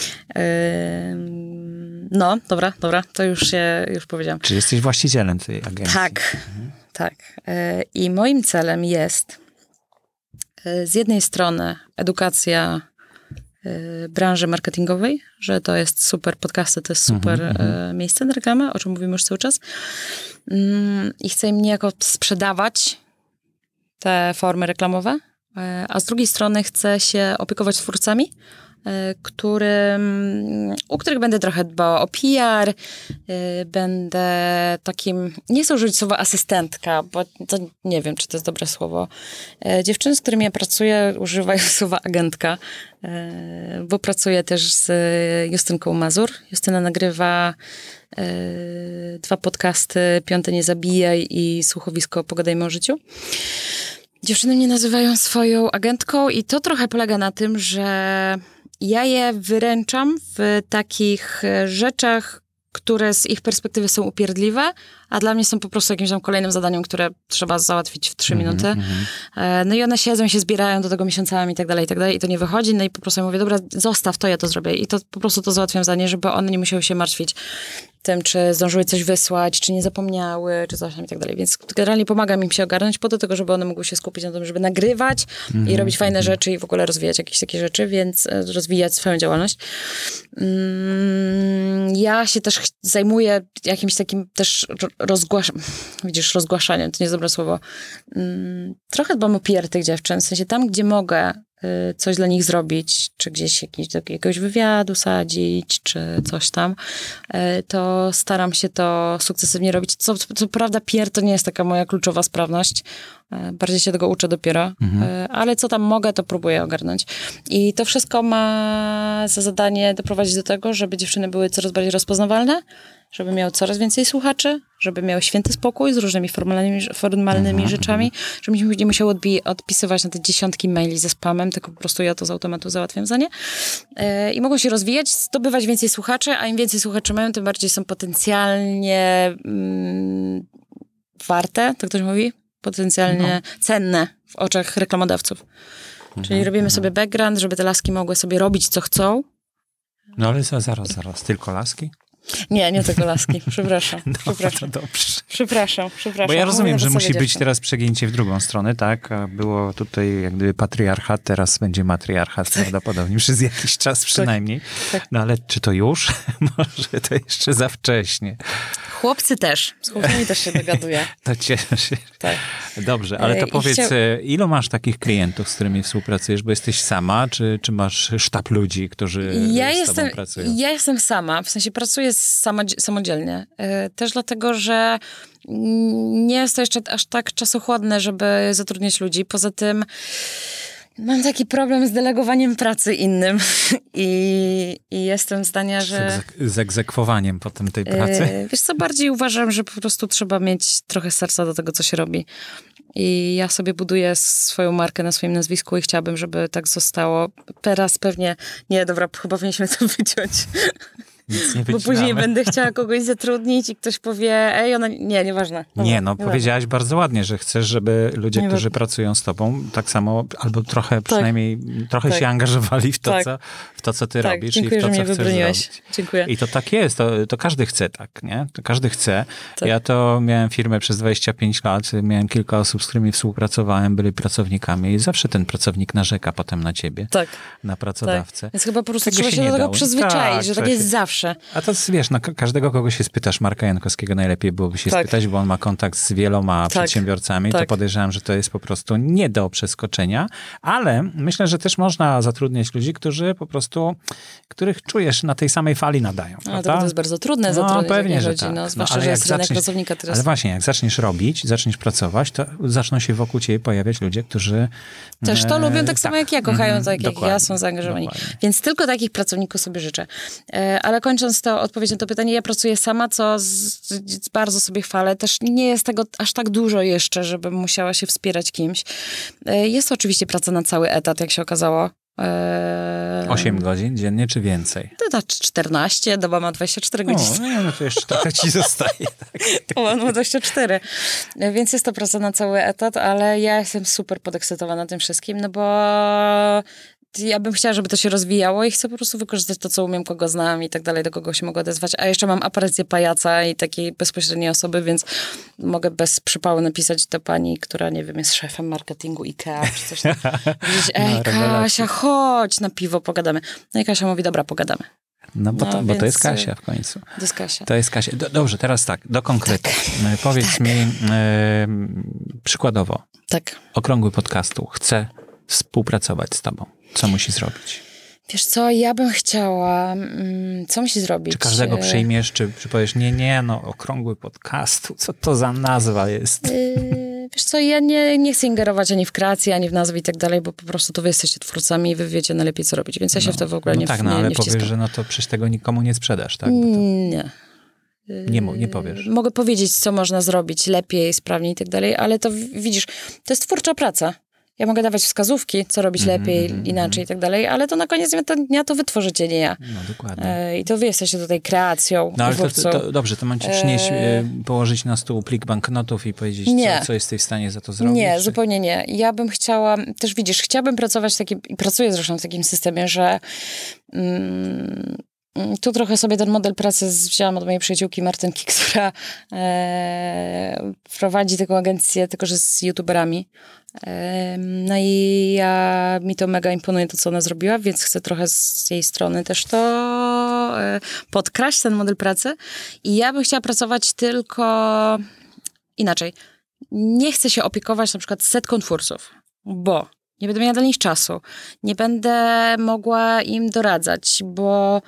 E, No, dobra, dobra, to już się, już powiedziałam. Czy jesteś właścicielem tej agencji? Tak, tak. E, I moim celem jest e, z jednej strony edukacja e, branży marketingowej, że to jest super podcasty, to jest super e, miejsce na reklamę, o czym mówimy już cały czas. Mm, I chcę im niejako sprzedawać te formy reklamowe, e, a z drugiej strony chcę się opiekować twórcami, e, którym, u których będę trochę dbała o P R, y, będę takim, nie chcę użyć słowa asystentka, bo to nie wiem, czy to jest dobre słowo. E, Dziewczyny, z którymi ja pracuję, używają słowa agentka, e, bo pracuję też z Justynką Mazur. Justyna nagrywa e, dwa podcasty, Piąte Nie Zabijaj i Słuchowisko Pogadajmy o życiu. Dziewczyny mnie nazywają swoją agentką i to trochę polega na tym, że ja je wyręczam w takich e, rzeczach, które z ich perspektywy są upierdliwe, a dla mnie są po prostu jakimś tam kolejnym zadaniem, które trzeba załatwić w trzy minuty. E, No i one siedzą, się zbierają do tego miesiącami i tak dalej, i tak dalej, i to nie wychodzi. No i po prostu ja mówię, dobra, zostaw to, ja to zrobię. I to po prostu to załatwiam za nie, żeby one nie musiały się martwić tym, czy zdążyły coś wysłać, czy nie zapomniały, czy coś tam i tak dalej. Więc generalnie pomagam im się ogarnąć po to, tego, żeby one mogły się skupić na tym, żeby nagrywać mm-hmm. i robić fajne mm-hmm. rzeczy i w ogóle rozwijać jakieś takie rzeczy, więc rozwijać swoją działalność. Mm, ja się też zajmuję jakimś takim też rozgłaszaniem, widzisz, rozgłaszaniem, to nie jest dobre słowo. Mm, trochę dbam o P R tych dziewczyn, w sensie tam, gdzie mogę coś dla nich zrobić, czy gdzieś jakiś, do jakiegoś wywiadu sadzić, czy coś tam, to staram się to sukcesywnie robić. Co, co prawda P R to nie jest taka moja kluczowa sprawność, bardziej się tego uczę dopiero, mhm. ale co tam mogę, to próbuję ogarnąć. I to wszystko ma za zadanie doprowadzić do tego, żeby dziewczyny były coraz bardziej rozpoznawalne, żeby miały coraz więcej słuchaczy, żeby miały święty spokój z różnymi formalnymi, formalnymi mm-hmm. rzeczami, żeby nie musiały odbi- odpisywać na te dziesiątki maili ze spamem, tylko po prostu ja to z automatu załatwiam za nie. Yy, I mogą się rozwijać, zdobywać więcej słuchaczy, a im więcej słuchaczy mają, tym bardziej są potencjalnie mm, warte, to ktoś mówi? Potencjalnie no. cenne w oczach reklamodawców. Mm-hmm. Czyli robimy mm-hmm. sobie background, żeby te laski mogły sobie robić, co chcą. No ale zaraz, zaraz, tylko laski? Nie, nie tylko laski. Przepraszam. No, przepraszam. To dobrze. Przepraszam, przepraszam. Bo ja rozumiem, że musi dziewczyn. być teraz przegięcie w drugą stronę, tak? Było tutaj jak gdyby patriarchat, teraz będzie matriarchat tak. prawdopodobnie, przez jakiś czas przynajmniej. Tak, tak. No ale czy to już? Może to jeszcze za wcześnie. Chłopcy też. Z chłopcami też się dogaduję. To cieszę się. Tak. Dobrze, ale to I powiedz, chcia... ilu masz takich klientów, z którymi współpracujesz? Bo jesteś sama, czy, czy masz sztab ludzi, którzy ja z jestem, tobą pracują? Ja jestem sama, w sensie pracuję samodzielnie. Też dlatego, że nie jest to jeszcze aż tak czasochłodne, żeby zatrudniać ludzi. Poza tym mam taki problem z delegowaniem pracy innym i, i jestem zdania, że... Z egzekwowaniem potem tej pracy? Yy, wiesz co, bardziej uważam, że po prostu trzeba mieć trochę serca do tego, co się robi. I ja sobie buduję swoją markę na swoim nazwisku i chciałabym, żeby tak zostało. Teraz pewnie... Nie, dobra, chyba powinniśmy to wyciąć. Nic nie Bo później będę chciała kogoś zatrudnić i ktoś powie, ej, ona... Nie, nieważne. Dobra, nie, no nieważne. Powiedziałaś bardzo ładnie, że chcesz, żeby ludzie, nieważne. którzy pracują z tobą, tak samo, albo trochę przynajmniej, tak. trochę tak. się angażowali w to, tak. co, w to, co ty tak. robisz Dziękuję, i w to, że co mnie chcesz wybroniłeś. zrobić. Dziękuję. I to tak jest, to, to każdy chce tak, nie? To każdy chce. Tak. Ja to miałem firmę przez dwadzieścia pięć lat, miałem kilka osób, z którymi współpracowałem, byli pracownikami i zawsze ten pracownik narzeka potem na ciebie, tak. na pracodawcę. Tak. Więc chyba po prostu tego trzeba się, się do tego dało. przyzwyczaić, tak, że tak jest się... zawsze. A to wiesz, no, każdego, kogo się spytasz, Marka Jankowskiego najlepiej byłoby się tak. spytać, bo on ma kontakt z wieloma tak. przedsiębiorcami, tak. to podejrzewam, że to jest po prostu nie do przeskoczenia, ale myślę, że też można zatrudniać ludzi, którzy po prostu, których czujesz na tej samej fali nadają. A to jest bardzo trudne zatrudniać. No pewnie, że ludzi, tak. No, zwłaszcza, no, że jest rynek zaczniesz, pracownika teraz. Ale właśnie, jak zaczniesz robić, zaczniesz pracować, to zaczną się wokół ciebie pojawiać ludzie, którzy... Też to e, lubią tak, tak samo jak ja, kochają mm, tak jak ja, są zaangażowani. Dokładnie. Więc tylko takich pracowników sobie życzę. E, ale kończąc to, odpowiedź na to pytanie, ja pracuję sama, co z, z, bardzo sobie chwalę. Też nie jest tego aż tak dużo jeszcze, żebym musiała się wspierać kimś. E, jest to oczywiście praca na cały etat, jak się okazało. osiem godzin dziennie, czy więcej? To tak czternaście, doba ma dwadzieścia cztery godziny. O, no to jeszcze trochę ci zostaje. Tak. On ma dwadzieścia cztery. Więc jest to praca na cały etat, ale ja jestem super podekscytowana tym wszystkim, no bo ja bym chciała, żeby to się rozwijało i chcę po prostu wykorzystać to, co umiem, kogo znam i tak dalej, do kogo się mogę odezwać. A jeszcze mam aparycję pajaca i takiej bezpośredniej osoby, więc mogę bez przypału napisać do pani, która, nie wiem, jest szefem marketingu IKEA czy coś tam. Powiedzieć, ej, no, Kasia, chodź na piwo, pogadamy. No i Kasia mówi, dobra, pogadamy. No bo, no, to, więc... bo to jest Kasia w końcu. To jest Kasia. To jest Kasia. Do, dobrze, teraz tak, do konkretu. Tak. Powiedz tak. mi e, przykładowo. Tak. Okrągły podcastu chce współpracować z tobą. Co musi zrobić? Wiesz co, ja bym chciała... Co musi zrobić? Czy każdego przyjmiesz, czy, czy powiesz, nie, nie, no okrągły podcastu, co to za nazwa jest? Yy, wiesz co, ja nie, nie chcę ingerować ani w kreację, ani w nazwy i tak dalej, bo po prostu to wy jesteście twórcami i wy wiecie najlepiej, co robić, więc ja się no, w to w ogóle no nie tak, no nie, ale nie powiesz, że no to przecież tego nikomu nie sprzedasz, tak? To... Nie. Nie, nie powiesz. Mogę powiedzieć, co można zrobić lepiej, sprawniej i tak dalej, ale to widzisz, to jest twórcza praca. Ja mogę dawać wskazówki, co robić mm, lepiej, mm, inaczej mm. i tak dalej, ale to na koniec dnia to wy tworzycie, nie ja. No dokładnie. E, I to wy jesteście tutaj kreacją, No ale to, to, to dobrze, to mam ci przynieść, e... położyć na stół plik banknotów i powiedzieć, co, co jesteś w stanie za to zrobić? Nie, czy... zupełnie nie. Ja bym chciała, też widzisz, chciałabym pracować w takim, i pracuję zresztą w takim systemie, że mm, Tu trochę sobie ten model pracy wzięłam od mojej przyjaciółki Martynki, która e, prowadzi taką agencję, tylko że z youtuberami. E, no i ja, mi to mega imponuje to, co ona zrobiła, więc chcę trochę z jej strony też to e, podkraść, ten model pracy. I ja bym chciała pracować tylko inaczej. Nie chcę się opiekować na przykład setką twórców, bo nie będę miała dla nich czasu. Nie będę mogła im doradzać, bo...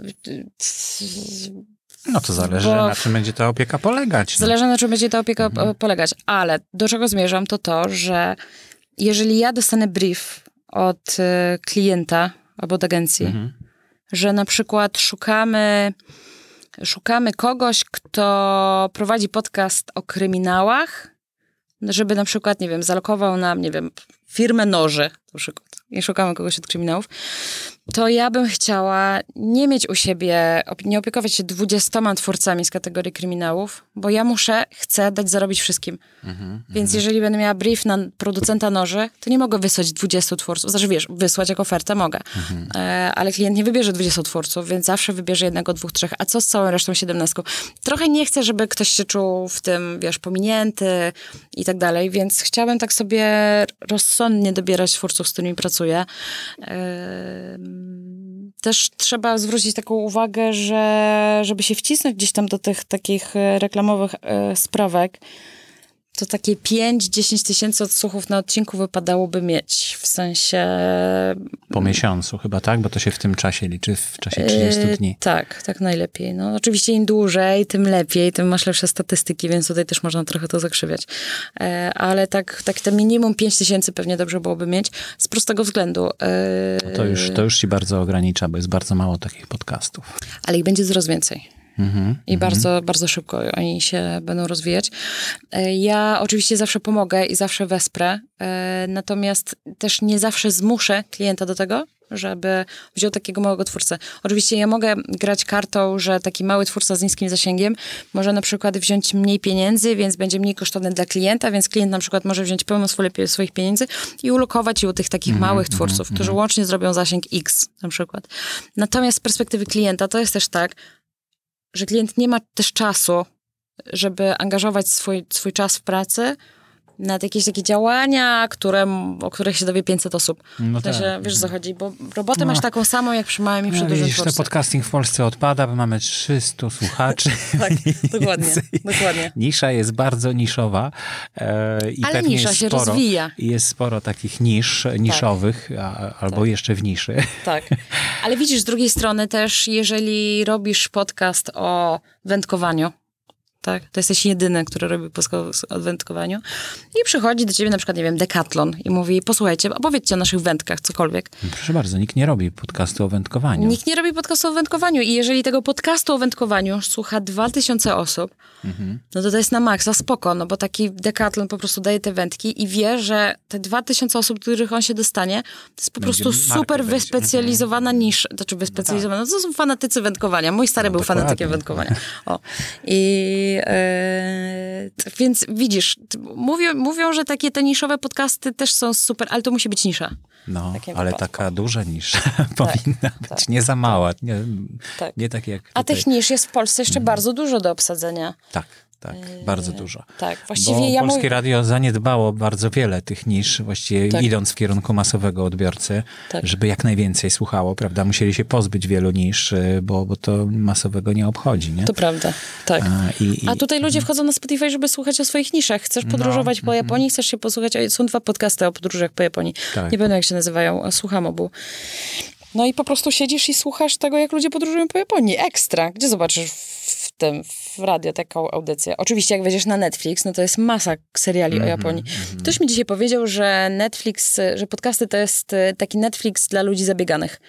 No to zależy, bo na czym będzie ta opieka polegać. No. Zależy, na czym będzie ta opieka Mhm. polegać. Ale do czego zmierzam, to to, że jeżeli ja dostanę brief od y, klienta albo od agencji, Mhm. że na przykład szukamy, szukamy kogoś, kto prowadzi podcast o kryminałach, żeby na przykład, nie wiem, zalokował nam, nie wiem, firmę noży, na przykład, i szukamy kogoś od kryminałów, to ja bym chciała nie mieć u siebie, nie opiekować się dwudziestoma twórcami z kategorii kryminałów, bo ja muszę, chcę dać zarobić wszystkim. Mhm. Więc jeżeli będę miała brief na producenta noży, to nie mogę wysłać dwudziestu twórców. Znaczy wiesz, wysłać jako ofertę mogę. Mhm. E, ale klient nie wybierze dwudziestu twórców, więc zawsze wybierze jednego, dwóch, trzech. A co z całą resztą siedemnastką? Trochę nie chcę, żeby ktoś się czuł w tym, wiesz, pominięty i tak dalej, więc chciałabym tak sobie rozsądnie dobierać twórców, z którymi pracuję. E, też trzeba zwrócić taką uwagę, że żeby się wcisnąć gdzieś tam do tych takich reklamowych e, sprawek, to takie pięć do dziesięciu tysięcy odsłuchów na odcinku wypadałoby mieć. W sensie... Po miesiącu chyba, tak? Bo to się w tym czasie liczy, w czasie trzydziestu dni. Yy, tak, tak najlepiej. No, oczywiście im dłużej, tym lepiej, tym masz lepsze statystyki, więc tutaj też można trochę to zakrzywiać. E, ale tak, tak to minimum pięć tysięcy pewnie dobrze byłoby mieć, z prostego względu. E, No to, już, to już ci bardzo ogranicza, bo jest bardzo mało takich podcastów. Ale ich będzie coraz więcej. Mhm, I bardzo, bardzo szybko oni się będą rozwijać. Ja oczywiście zawsze pomogę i zawsze wesprę, natomiast też nie zawsze zmuszę klienta do tego, żeby wziął takiego małego twórcę. Oczywiście ja mogę grać kartą, że taki mały twórca z niskim zasięgiem może na przykład wziąć mniej pieniędzy, więc będzie mniej kosztowny dla klienta, więc klient na przykład może wziąć pełną swoich pieniędzy i ulokować je u tych takich mm, małych twórców, mm, którzy mm. łącznie zrobią zasięg X na przykład. Natomiast z perspektywy klienta to jest też tak, że klient nie ma też czasu, żeby angażować swój, swój czas w pracy na jakieś takie działania, które, o których się dowie pięćset osób. No w sensie, tak. wiesz, co chodzi, bo robotę No. masz taką samą, jak przy małym i przy No, dużym widzisz, twórcy. to podcasting w Polsce odpada, bo mamy trzystu słuchaczy. Tak, dokładnie, dokładnie. Nisza jest bardzo niszowa. E, i Ale pewnie nisza jest się sporo, rozwija. I jest sporo takich nisz niszowych, a, albo Tak. jeszcze w niszy. Tak. Ale widzisz, z drugiej strony też, jeżeli robisz podcast o wędkowaniu, tak? To jesteś jedyny, który robi podcast o wędkowaniu i przychodzi do ciebie na przykład, nie wiem, Decathlon i mówi, posłuchajcie, opowiedzcie o naszych wędkach, cokolwiek. Proszę bardzo, nikt nie robi podcastu o wędkowaniu. Nikt nie robi podcastu o wędkowaniu i jeżeli tego podcastu o wędkowaniu słucha dwa tysiące osób, mhm. no to to jest na maksa spoko, no bo taki Decathlon po prostu daje te wędki i wie, że te dwa tysiące osób, do których on się dostanie, to jest po Będzie prostu markę super będzie. wyspecjalizowana niż, to znaczy wyspecjalizowana, no to są fanatycy wędkowania. Mój stary No, był dokładnie. fanatykiem wędkowania. O. I e, t- więc widzisz, t- mówią, mówią, że takie te niszowe podcasty też są super, ale to musi być nisza. No, takim ale wypadku. taka duża niż powinna być, tak, nie za mała, nie, Tak. nie tak jak A tutaj. tych nisz jest w Polsce jeszcze bardzo dużo do obsadzenia. Tak, tak, bardzo dużo. Tak, właściwie Bo ja Polskie mówię... Radio zaniedbało bardzo wiele tych nisz, właściwie Tak. idąc w kierunku masowego odbiorcy, Tak. żeby jak najwięcej słuchało, prawda? Musieli się pozbyć wielu nisz, bo, bo to masowego nie obchodzi, nie? To prawda, tak. A, i, i, A tutaj ludzie wchodzą na Spotify, żeby słuchać o swoich niszach. Chcesz podróżować No, po Japonii, chcesz się posłuchać, o- są dwa podcasty o podróżach po Japonii. Tak. Nie pamiętam, jak się nazywają, słucham obu. No i po prostu siedzisz i słuchasz tego, jak ludzie podróżują po Japonii. Ekstra. Gdzie zobaczysz w tym, w radio taką audycję? Oczywiście, jak wejdziesz na Netflix, no to jest masa seriali mm-hmm, o Japonii. Mm-hmm. Ktoś mi dzisiaj powiedział, że Netflix, że podcasty to jest taki Netflix dla ludzi zabieganych.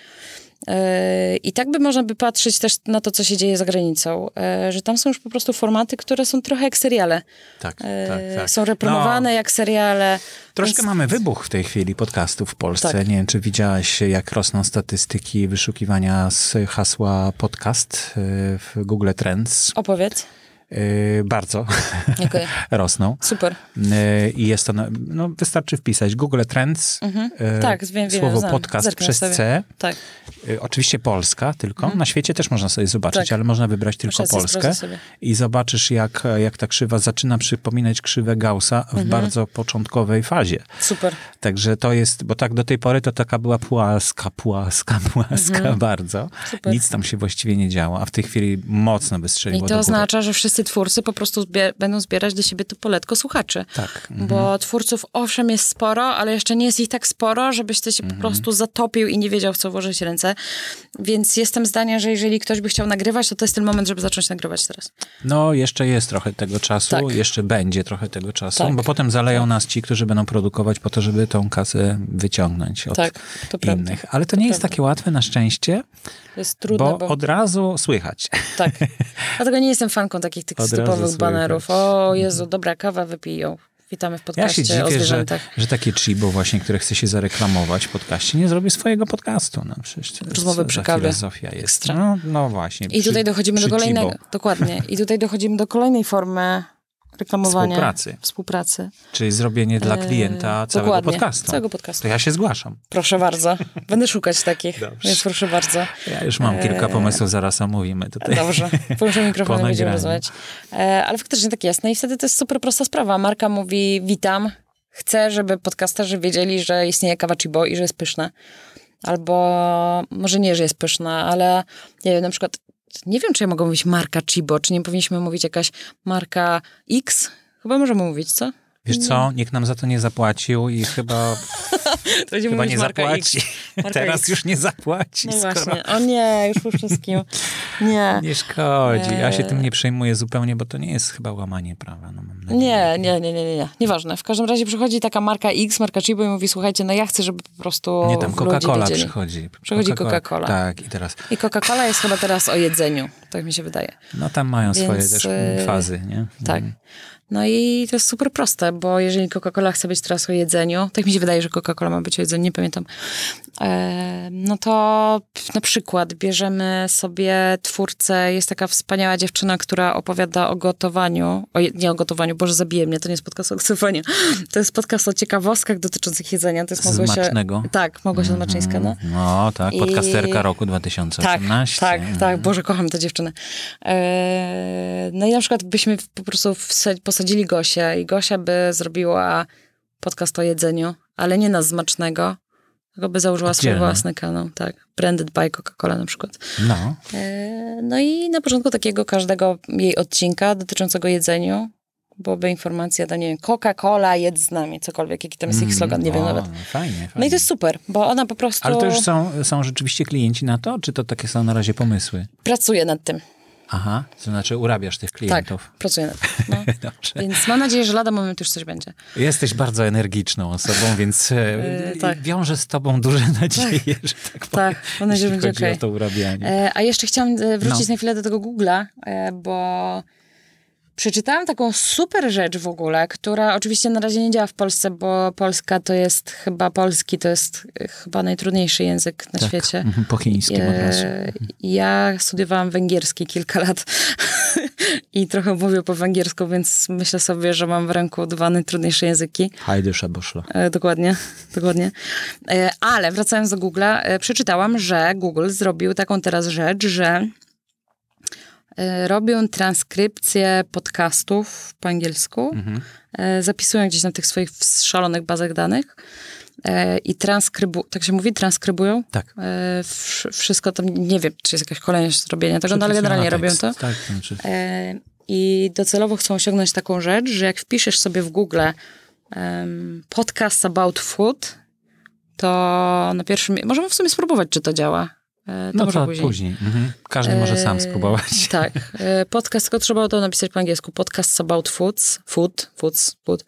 I tak by można by patrzeć też na to, co się dzieje za granicą, że tam są już po prostu formaty, które są trochę jak seriale. Tak, tak, tak. Są repromowane No, jak seriale. troszkę więc... mamy wybuch w tej chwili podcastów w Polsce. Tak. Nie wiem, czy widziałaś, jak rosną statystyki wyszukiwania z hasła podcast w Google Trends. Opowiedz. Yy, bardzo Okay. rosną. Super. Yy, I jest to, na, no wystarczy wpisać Google Trends, Mhm. yy, Tak, wiem, wiem, słowo znam. podcast Zerknę przez sobie. C. Tak. Yy, oczywiście Polska tylko. Mhm. Na świecie też można sobie zobaczyć, Tak. ale można wybrać tylko Muszę Polskę. sprawdzić sobie. I zobaczysz, jak, jak ta krzywa zaczyna przypominać krzywę Gaussa w Mhm. bardzo początkowej fazie. Super. Także to jest, bo tak do tej pory to taka była płaska, płaska, płaska Mhm. bardzo. Super. Nic tam się właściwie nie działo, a w tej chwili mocno wystrzeliło I do to góry. oznacza, że wszyscy twórcy po prostu zbie- będą zbierać do siebie to poletko słuchaczy. Tak. Mhm. Bo twórców owszem jest sporo, ale jeszcze nie jest ich tak sporo, żebyś ty się Mhm. po prostu zatopił i nie wiedział, w co włożyć ręce. Więc jestem zdania, że jeżeli ktoś by chciał nagrywać, to to jest ten moment, żeby zacząć nagrywać teraz. No, jeszcze jest trochę tego czasu, Tak. jeszcze będzie trochę tego czasu, Tak. bo potem zaleją nas ci, którzy będą produkować po to, żeby tą kasę wyciągnąć od Tak, to prawda. innych. Ale to nie jest prawda. takie łatwe na szczęście, To jest trudne, bo, bo... od razu słychać. Tak. Dlatego nie jestem fanką takich tych Od razu typowych słychać. banerów. O Jezu, dobra kawa, wypij ją. Witamy w Ja podcaście się o dziwię, że, zwierzętach. że takie Chibo właśnie, które chce się zareklamować w podcaście, nie zrobi swojego podcastu. No przecież to jest Rozmowy co przy za kawie. filozofia jest. Ekstra. No, no właśnie. I przy- tutaj dochodzimy przy do kolejnego. Chibo, Dokładnie. I tutaj dochodzimy do kolejnej formy reklamowania. Współpracy. Współpracy. Czyli zrobienie dla Eee, klienta całego dokładnie, podcastu. całego podcastu. To ja się zgłaszam. Proszę bardzo. Będę szukać takich, Dobrze. więc proszę bardzo. Ja już mam kilka Eee, pomysłów, zaraz omówimy tutaj. Dobrze, połączę mikrofon, Po będziemy nagraniu. rozmawiać. E, ale faktycznie tak jest. No i wtedy to jest super prosta sprawa. Marka mówi, witam, chcę, żeby podcasterzy wiedzieli, że istnieje kawa Chibo i że jest pyszna. Albo może nie, że jest pyszna, ale nie wiem, na przykład, nie wiem, czy ja mogę mówić marka Chibo, czy nie powinniśmy mówić jakaś marka X? Chyba możemy mówić, co? Wiesz co, nikt nam za to nie zapłacił i chyba, To będziemy chyba mówić nie marka zapłaci. X. Marka Teraz X. już nie zapłaci, No skoro właśnie. O nie, już po wszystkim. Nie. nie szkodzi. Ja się Eee. tym nie przejmuję zupełnie, bo to nie jest chyba łamanie prawa. No, mam nadzieję. Nie, nie, nie, nie, nie, nie. Nieważne. W każdym razie przychodzi taka marka X, marka Chibo i mówi, słuchajcie, no ja chcę, żeby po prostu Nie, tam ludzie Coca-Cola wiedzieli. przychodzi. Przychodzi Coca-Cola. Tak, i teraz, I Coca-Cola jest chyba teraz o jedzeniu. Tak mi się wydaje. no tam mają Więc, swoje też e, fazy, nie? Tak. No i to jest super proste, bo jeżeli Coca-Cola chce być teraz o jedzeniu, tak mi się wydaje, że Coca-Cola ma być o jedzeniu, nie pamiętam, e, no to na przykład bierzemy sobie twórcę, jest taka wspaniała dziewczyna, która opowiada o gotowaniu, o, je- nie o gotowaniu, Boże, zabije mnie, to nie jest podcast o gotowaniu, to jest podcast o ciekawostkach dotyczących jedzenia, to jest Małgosia... Smacznego. Tak, Małgosia Zmaczyńska, no. No tak, I- podcasterka roku dwa tysiące Tak, osiemnaście. tak, tak. Boże, kocham tę dziewczynę. Eee, no i na przykład byśmy po prostu wsa- posadzili Gosię i Gosia by zrobiła podcast o jedzeniu, ale nie na smacznego, tylko by założyła swój Oddzielny. własny kanał, tak. Branded by Coca-Cola na przykład. No, Eee, no i na początku takiego każdego jej odcinka dotyczącego jedzeniu byłaby informacja, to nie wiem, Coca-Cola, jedz z nami, cokolwiek, jaki tam jest ich slogan, nie wiem o, nawet. Fajnie, fajnie. No i to jest super, bo ona po prostu Ale to już są, są rzeczywiście klienci na to, czy to takie są na razie pomysły? pracuje nad tym. Aha, to znaczy urabiasz tych klientów. Tak, pracuję nad tym. No. Dobrze. Więc mam nadzieję, że lada moment już coś będzie. Jesteś bardzo energiczną osobą, więc e, Yy, tak. wiążę z tobą duże nadzieje, że tak powiem, Tak, mam nadzieję, że jeśli będzie chodzi okej. o to urabianie. E, a jeszcze chciałam e, wrócić No. na chwilę do tego Google'a, e, bo przeczytałam taką super rzecz w ogóle, która oczywiście na razie nie działa w Polsce, bo Polska to jest chyba, polski to jest e, chyba najtrudniejszy język na Tak, świecie. mhm, po chińskim od razu. E, ja studiowałam węgierski kilka lat i trochę mówię po węgiersku, więc myślę sobie, że mam w ręku dwa najtrudniejsze języki. Hajdy szaboszlo. E, dokładnie, dokładnie. E, ale wracając do Google'a, e, przeczytałam, że Google zrobił taką teraz rzecz, że e, robią transkrypcję podcastów po angielsku, Mhm. e, zapisują gdzieś na tych swoich szalonych bazach danych e, i transkrybują, tak się mówi, transkrybują Tak. e, wsz- wszystko tam, nie wiem, czy jest jakaś kolejność zrobienia tego, no ale Przepisują generalnie na robią tekst. to. Tak, to znaczy, E, I docelowo chcą osiągnąć taką rzecz, że jak wpiszesz sobie w Google um, podcast about food, to na pierwszym... Możemy w sumie spróbować, czy to działa. E, to no może to później. później. Mhm. Każdy może sam E, spróbować. Tak. E, podcast, tylko trzeba to napisać po angielsku. Podcast about foods. Food. Foods. Food.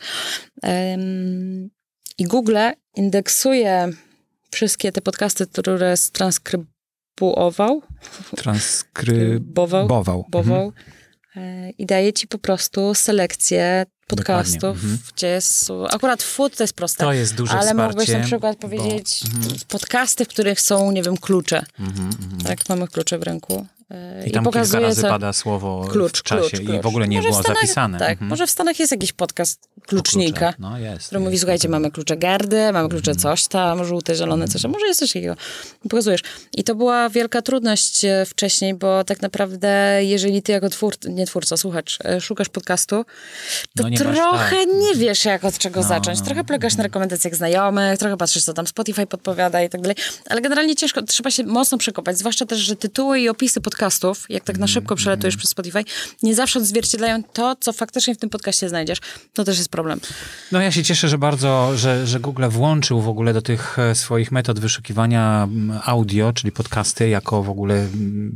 Em, I Google indeksuje wszystkie te podcasty, które transkrybuował. Transkrybował. Bował. Mhm. E, I daje ci po prostu selekcję podcastów, Dokładnie, mhm. gdzie jest... Akurat food to jest proste. To jest duże ale wsparcie. mógłbyś na przykład bo- powiedzieć Mhm, podcasty, w których są, nie wiem, klucze. mhm, mhm. Tak, mamy klucze w ręku. I tam kilka razy co... pada słowo klucz, w czasie klucz, klucz. I w ogóle nie może było Stanach, zapisane. Tak, mhm. może w Stanach jest jakiś podcast klucznika, no jest, który jest, mówi, słuchajcie, mamy klucze gardy, mamy klucze mhm. coś tam, żółte, zielone, coś tam, może jest coś takiego. Pokazujesz. I to była wielka trudność wcześniej, bo tak naprawdę, jeżeli ty jako twórca, nie twórca, słuchacz, szukasz podcastu, to no nie trochę masz, tak. nie wiesz, jak od czego no, zacząć. Trochę polegasz na rekomendacjach znajomych, trochę patrzysz, co tam Spotify podpowiada i tak dalej, ale generalnie ciężko, trzeba się mocno przekopać, zwłaszcza też, że tytuły i opisy podcastów, jak tak na szybko przelatujesz mm. przez Spotify, nie zawsze odzwierciedlają to, co faktycznie w tym podcaście znajdziesz. To też jest problem. No ja się cieszę, że bardzo, że, że Google włączył w ogóle do tych swoich metod wyszukiwania audio, czyli podcasty, jako w ogóle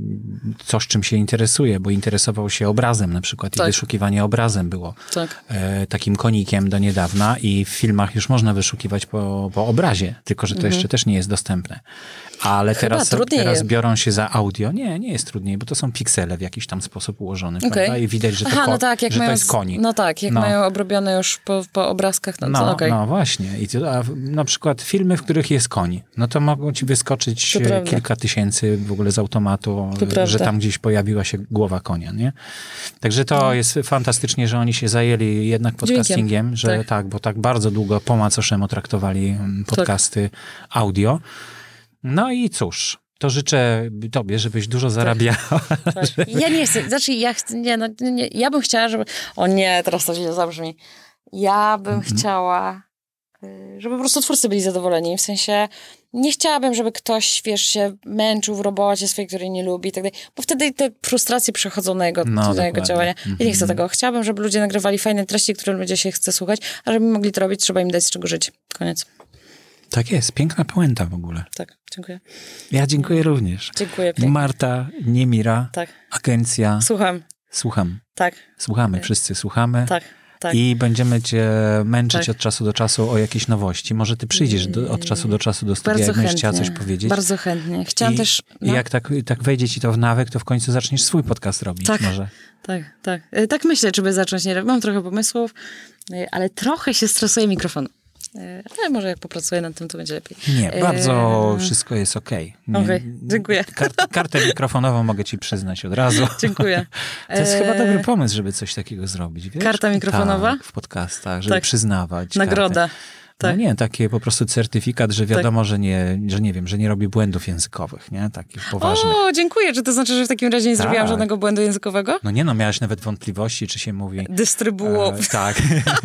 coś, czym się interesuje, bo interesował się obrazem na przykład tak. i wyszukiwanie obrazem było tak. e, takim konikiem do niedawna i w filmach już można wyszukiwać po, po obrazie, tylko że to mhm. jeszcze też nie jest dostępne. Ale teraz, teraz biorą się za audio. Nie, nie jest trudniej, bo to są piksele w jakiś tam sposób ułożone, okay. prawda? I widać, że to, Aha, ko- no tak, jak że mają, to jest konik. No tak, jak no. mają obrobione już po, po obrazkach. No, no, to, okay. no właśnie. I to, a na przykład filmy, w których jest koń, no to mogą ci wyskoczyć kilka tysięcy w ogóle z automatu, że tam gdzieś pojawiła się głowa konia, nie? Także to no. jest fantastycznie, że oni się zajęli jednak podcastingiem, Dźwiękiem. że tak. tak, bo tak bardzo długo po macoszemu traktowali podcasty tak. audio. No i cóż, to życzę tobie, żebyś dużo zarabiała. Tak, tak. Żeby... Ja nie chcę, znaczy ja chcę, nie, no, nie, ja bym chciała, żeby, o nie, teraz to źle zabrzmi, ja bym mm-hmm. chciała, żeby po prostu twórcy byli zadowoleni, w sensie nie chciałabym, żeby ktoś, wiesz, się męczył w robocie swojej, której nie lubi i tak dalej, bo wtedy te frustracje przechodzą na jego, no, na jego działania. Mm-hmm. Ja nie chcę tego. Chciałabym, żeby ludzie nagrywali fajne treści, które ludzie się chce słuchać, a żeby mogli to robić, trzeba im dać z czego żyć. Koniec. Tak jest, piękna puenta w ogóle. Tak, dziękuję. Ja dziękuję również. Dziękuję pięknie. Marta Niemira, tak. agencja. Słucham. Słucham. Tak. Słuchamy, wszyscy słuchamy. Tak, tak. I będziemy cię męczyć tak. od czasu do czasu o jakieś nowości. Może ty przyjdziesz do, od czasu do czasu do studia, jak będziesz chciała coś powiedzieć. Bardzo chętnie. Chciałam I, też... No. I jak tak, tak wejdzie ci to w nawyk, to w końcu zaczniesz swój podcast robić tak, może. Tak, tak. Tak myślę, czy by zacząć. Nie mam trochę pomysłów, ale trochę się stresuje mikrofon. Ale może jak popracuję nad tym, to będzie lepiej. Nie, bardzo e... wszystko jest okej. Okay. Okej, okay, dziękuję. Kart, kartę mikrofonową mogę ci przyznać od razu. Dziękuję. To jest e... chyba dobry pomysł, żeby coś takiego zrobić. Wiesz? Karta mikrofonowa? Tak, w podcastach, żeby tak. przyznawać. Nagroda. Kartę. Tak. No nie, taki po prostu certyfikat, że wiadomo, tak. że nie, że nie wiem, że nie robi błędów językowych, nie? Takich poważnych. O, dziękuję. Czy to znaczy, że w takim razie nie tak. zrobiłam żadnego błędu językowego? No nie, no miałaś nawet wątpliwości, czy się mówi... Dystrybuować. E, tak.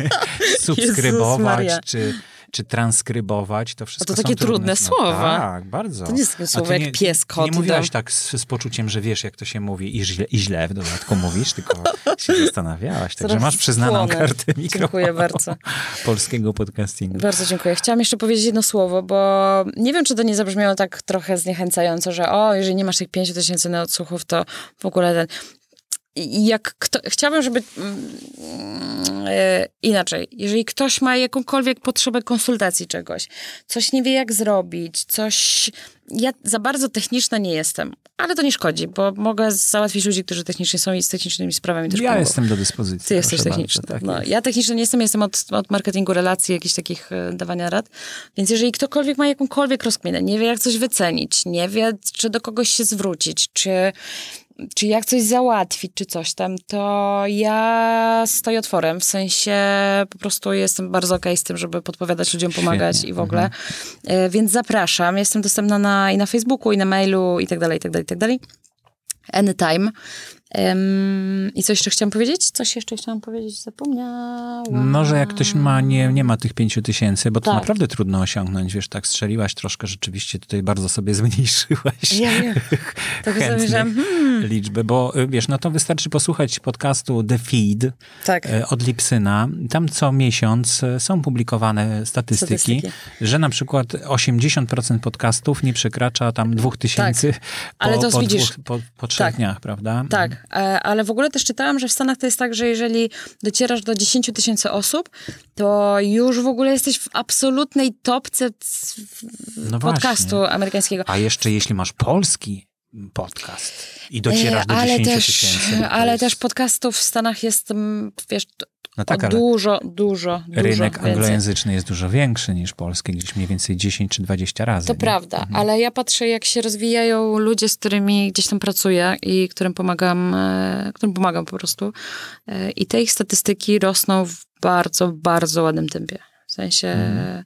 Subskrybować, czy... czy transkrybować, to wszystko to takie są trudne no, słowa. Tak, bardzo. To nie jest takie słowo jak nie, pies, kot. Nie mówiłaś tak z, z poczuciem, że wiesz, jak to się mówi i źle, i źle w dodatku mówisz, tylko się zastanawiałaś. Także masz przyznaną płonę. Kartę mikrofonu. Dziękuję bardzo. Polskiego podcastingu. Bardzo dziękuję. Chciałam jeszcze powiedzieć jedno słowo, bo nie wiem, czy to nie zabrzmiało tak trochę zniechęcająco, że o, jeżeli nie masz tych pięciu tysięcy na odsłuchów, to w ogóle ten... I jak kto, chciałabym, żeby e, inaczej, jeżeli ktoś ma jakąkolwiek potrzebę konsultacji czegoś, coś nie wie jak zrobić, coś, ja za bardzo techniczna nie jestem, ale to nie szkodzi, bo mogę załatwić ludzi, którzy technicznie są i z technicznymi sprawami też Ja pomogą. jestem do dyspozycji. Ty jesteś techniczny. Bardzo, tak no, jest. Ja techniczny nie jestem, jestem od, od marketingu relacji, jakichś takich e, dawania rad, więc jeżeli ktokolwiek ma jakąkolwiek rozkminę, nie wie jak coś wycenić, nie wie czy do kogoś się zwrócić, czy czy jak coś załatwić, czy coś tam, to ja stoję otworem, w sensie po prostu jestem bardzo okej z tym, żeby podpowiadać ludziom, pomagać Świetnie. I w ogóle. Mhm. Więc zapraszam, jestem dostępna na, i na Facebooku, i na mailu, i tak dalej, i tak dalej, i tak dalej. Anytime. Um, I coś jeszcze chciałam powiedzieć? Coś jeszcze chciałam powiedzieć? Zapomniałam. Może jak ktoś ma, nie, nie ma tych pięciu tysięcy, bo to tak. naprawdę trudno osiągnąć, wiesz, tak strzeliłaś troszkę, rzeczywiście tutaj bardzo sobie zmniejszyłaś ja wiem. Tak zamierzam. Hmm. liczbę, bo wiesz, no to wystarczy posłuchać podcastu The Feed tak. od Libsyna. Tam co miesiąc są publikowane statystyki, statystyki, że na przykład osiemdziesiąt procent podcastów nie przekracza tam dwóch tysięcy tak. Ale po, to po, widzisz, dwóch, po, po trzech tak. dniach, prawda? Tak, ale w ogóle też czytałam, że w Stanach to jest tak, że jeżeli docierasz do dziesięciu tysięcy osób, to już w ogóle jesteś w absolutnej topce no podcastu właśnie. Amerykańskiego. A jeszcze jeśli masz polski podcast i docierasz do dziesięciu tysięcy. Ale jest... też podcastów w Stanach jest, wiesz, No tak, o ale dużo, dużo, dużo rynek więcej. anglojęzyczny jest dużo większy niż polski, gdzieś mniej więcej dziesięć czy dwadzieścia razy. To nie? prawda, Mhm. ale ja patrzę, jak się rozwijają ludzie, z którymi gdzieś tam pracuję i którym pomagam, e, którym pomagam po prostu. E, I te ich statystyki rosną w bardzo, bardzo ładnym tempie. W sensie... Mhm.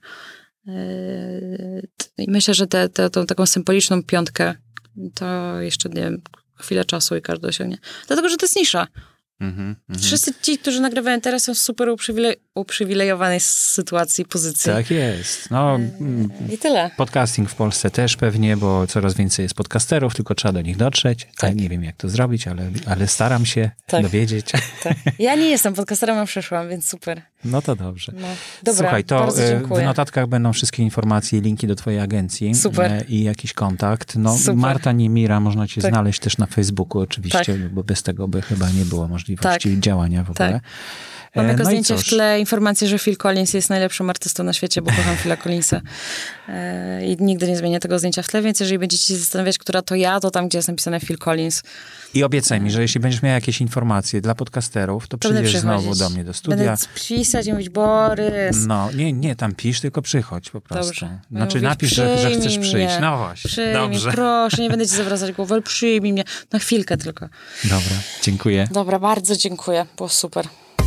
I myślę, że tę te, te, taką symboliczną piątkę to jeszcze, nie wiem, chwilę czasu i każdy osiągnie. Dlatego, że to jest nisza. Mm-hmm, mm-hmm. Wszyscy ci, którzy nagrywają teraz, są w super uprzywile- uprzywilejowanej sytuacji, pozycji. Tak jest. No, I tyle. Podcasting w Polsce też pewnie, bo coraz więcej jest podcasterów, tylko trzeba do nich dotrzeć. Tak. Nie wiem, jak to zrobić, ale, ale staram się tak. dowiedzieć. Tak. Ja nie jestem podcasterem, a przeszłam, więc super. No to dobrze. No. Dobra, słuchaj, to bardzo dziękuję. w notatkach będą wszystkie informacje i linki do twojej agencji. Super. I jakiś kontakt. No, super. Marta Niemira, można cię tak. znaleźć też na Facebooku oczywiście, tak. bo bez tego by chyba nie było możliwości tak. działania w ogóle. Tak. Mam jako no zdjęcie w tle informację, że Phil Collins jest najlepszym artystą na świecie, bo kocham Phila Collinsa. E, I nigdy nie zmienię tego zdjęcia w tle, więc jeżeli będziecie się zastanawiać, która to ja, to tam, gdzie jest napisane Phil Collins. I obiecaj mi, że jeśli będziesz miała jakieś informacje dla podcasterów, to przyjdziesz znowu do mnie do studia. Będę pisać i mówić, Borys. No, nie, nie, tam pisz, tylko przychodź po prostu. Dobrze. Znaczy mówić, napisz, że, że chcesz mnie. przyjść. No właśnie, przyjmij, dobrze. Proszę, nie będę ci zawracać głowy, ale przyjmij mnie. Na chwilkę tylko. Dobra, dziękuję. Dobra, bardzo dziękuję. Było super.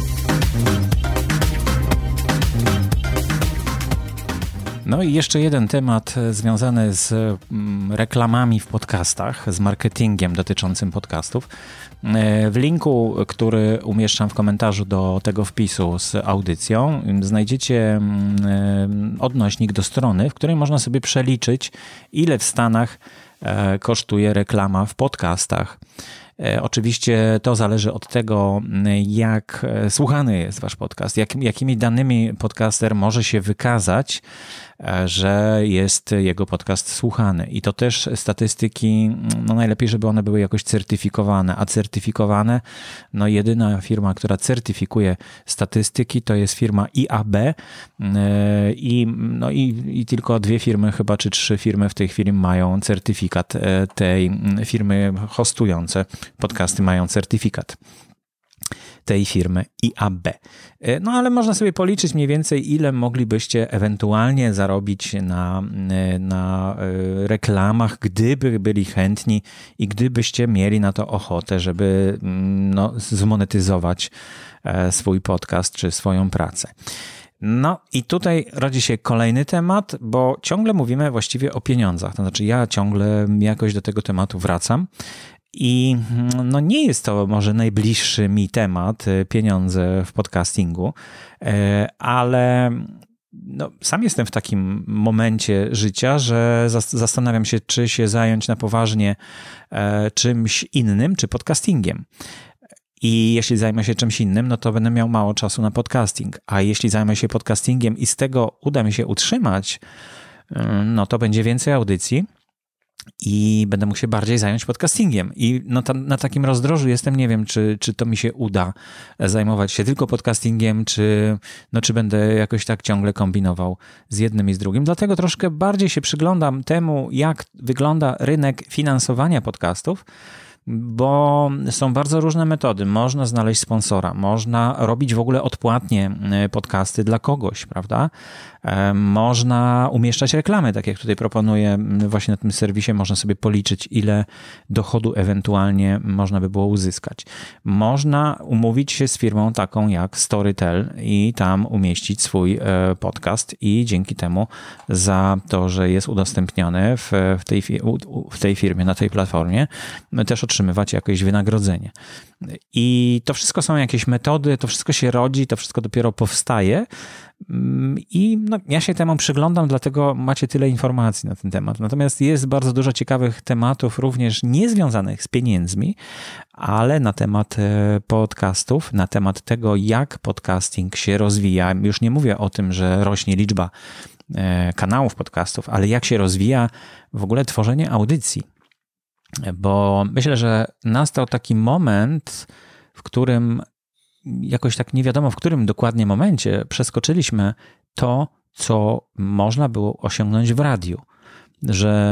No i jeszcze jeden temat związany z reklamami w podcastach, z marketingiem dotyczącym podcastów. W linku, który umieszczam w komentarzu do tego wpisu z audycją, znajdziecie odnośnik do strony, w której można sobie przeliczyć, ile w Stanach kosztuje reklama w podcastach. Oczywiście to zależy od tego, jak słuchany jest wasz podcast, jak, jakimi danymi podcaster może się wykazać, że jest jego podcast słuchany. I to też statystyki, no najlepiej, żeby one były jakoś certyfikowane, a certyfikowane, no jedyna firma, która certyfikuje statystyki, to jest firma I A B i, no i, i tylko dwie firmy, chyba czy trzy firmy w tej chwili mają certyfikat tej firmy hostujące podcasty mają certyfikat tej firmy I A B. No ale można sobie policzyć mniej więcej, ile moglibyście ewentualnie zarobić na, na reklamach, gdyby byli chętni i gdybyście mieli na to ochotę, żeby no, zmonetyzować swój podcast czy swoją pracę. No i tutaj rodzi się kolejny temat, bo ciągle mówimy właściwie o pieniądzach. To znaczy ja ciągle jakoś do tego tematu wracam. I no nie jest to może najbliższy mi temat, pieniądze w podcastingu, ale no, sam jestem w takim momencie życia, że zastanawiam się, czy się zająć na poważnie czymś innym, czy podcastingiem. I jeśli zajmę się czymś innym, no to będę miał mało czasu na podcasting. A jeśli zajmę się podcastingiem i z tego uda mi się utrzymać, no to będzie więcej audycji. I będę mógł się bardziej zająć podcastingiem. I no ta, na takim rozdrożu jestem, nie wiem, czy, czy to mi się uda zajmować się tylko podcastingiem, czy, no, czy będę jakoś tak ciągle kombinował z jednym i z drugim. Dlatego troszkę bardziej się przyglądam temu, jak wygląda rynek finansowania podcastów, bo są bardzo różne metody. Można znaleźć sponsora, można robić w ogóle odpłatnie podcasty dla kogoś, prawda? Można umieszczać reklamy, tak jak tutaj proponuję właśnie na tym serwisie, można sobie policzyć, ile dochodu ewentualnie można by było uzyskać. Można umówić się z firmą taką jak Storytel i tam umieścić swój podcast i dzięki temu za to, że jest udostępniony w, w, tej, w tej firmie, na tej platformie, też otrzymywać jakieś wynagrodzenie. I to wszystko są jakieś metody, to wszystko się rodzi, to wszystko dopiero powstaje i no, ja się temu przyglądam, dlatego macie tyle informacji na ten temat. Natomiast jest bardzo dużo ciekawych tematów, również niezwiązanych z pieniędzmi, ale na temat podcastów, na temat tego, jak podcasting się rozwija. Już nie mówię o tym, że rośnie liczba kanałów podcastów, ale jak się rozwija w ogóle tworzenie audycji. Bo myślę, że nastał taki moment, w którym jakoś tak nie wiadomo w którym dokładnie momencie przeskoczyliśmy to, co można było osiągnąć w radiu. Że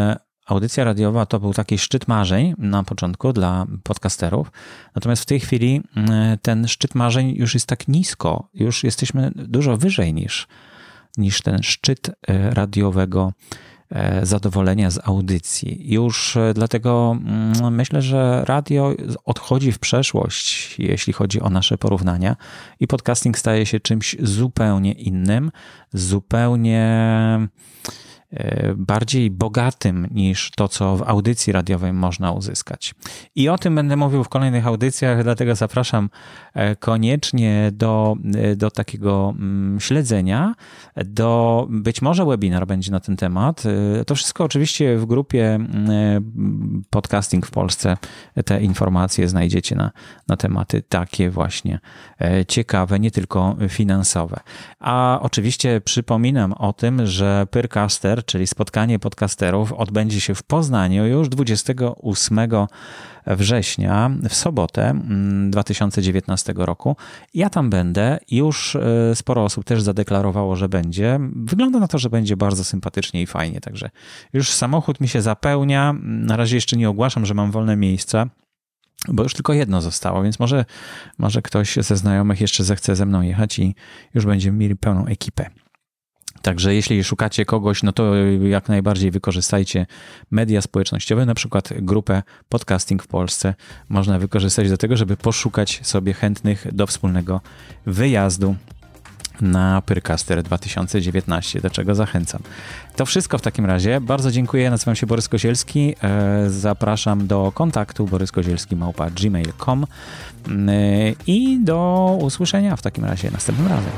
audycja radiowa to był taki szczyt marzeń na początku dla podcasterów, natomiast w tej chwili ten szczyt marzeń już jest tak nisko, już jesteśmy dużo wyżej niż, niż ten szczyt radiowego zadowolenia z audycji. Już dlatego myślę, że radio odchodzi w przeszłość, jeśli chodzi o nasze porównania i podcasting staje się czymś zupełnie innym, zupełnie bardziej bogatym niż to, co w audycji radiowej można uzyskać. I o tym będę mówił w kolejnych audycjach, dlatego zapraszam koniecznie do, do takiego śledzenia, do być może webinar będzie na ten temat. To wszystko oczywiście w grupie Podcasting w Polsce. Te informacje znajdziecie na, na tematy takie właśnie ciekawe, nie tylko finansowe. A oczywiście przypominam o tym, że Pyrcaster, czyli spotkanie podcasterów, odbędzie się w Poznaniu już dwudziestego ósmego września, w sobotę dwa tysiące dziewiętnastego roku. Ja tam będę. Już sporo osób też zadeklarowało, że będzie. Wygląda na to, że będzie bardzo sympatycznie i fajnie, także już samochód mi się zapełnia. Na razie jeszcze nie ogłaszam, że mam wolne miejsca, bo już tylko jedno zostało, więc może, może ktoś ze znajomych jeszcze zechce ze mną jechać i już będziemy mieli pełną ekipę. Także jeśli szukacie kogoś, no to jak najbardziej wykorzystajcie media społecznościowe, na przykład grupę Podcasting w Polsce można wykorzystać do tego, żeby poszukać sobie chętnych do wspólnego wyjazdu na Pyrcaster dwa tysiące dziewiętnaście, do czego zachęcam. To wszystko w takim razie. Bardzo dziękuję, nazywam się Borys Kozielski. Zapraszam do kontaktu boryskozielski małpa gmail kropka com i do usłyszenia w takim razie następnym razem.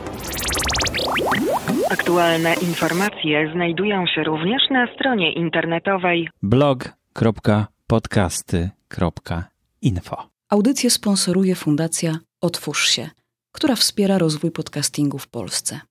Aktualne informacje znajdują się również na stronie internetowej blog kropka podcasty kropka info. Audycję sponsoruje Fundacja Otwórz się, która wspiera rozwój podcastingu w Polsce.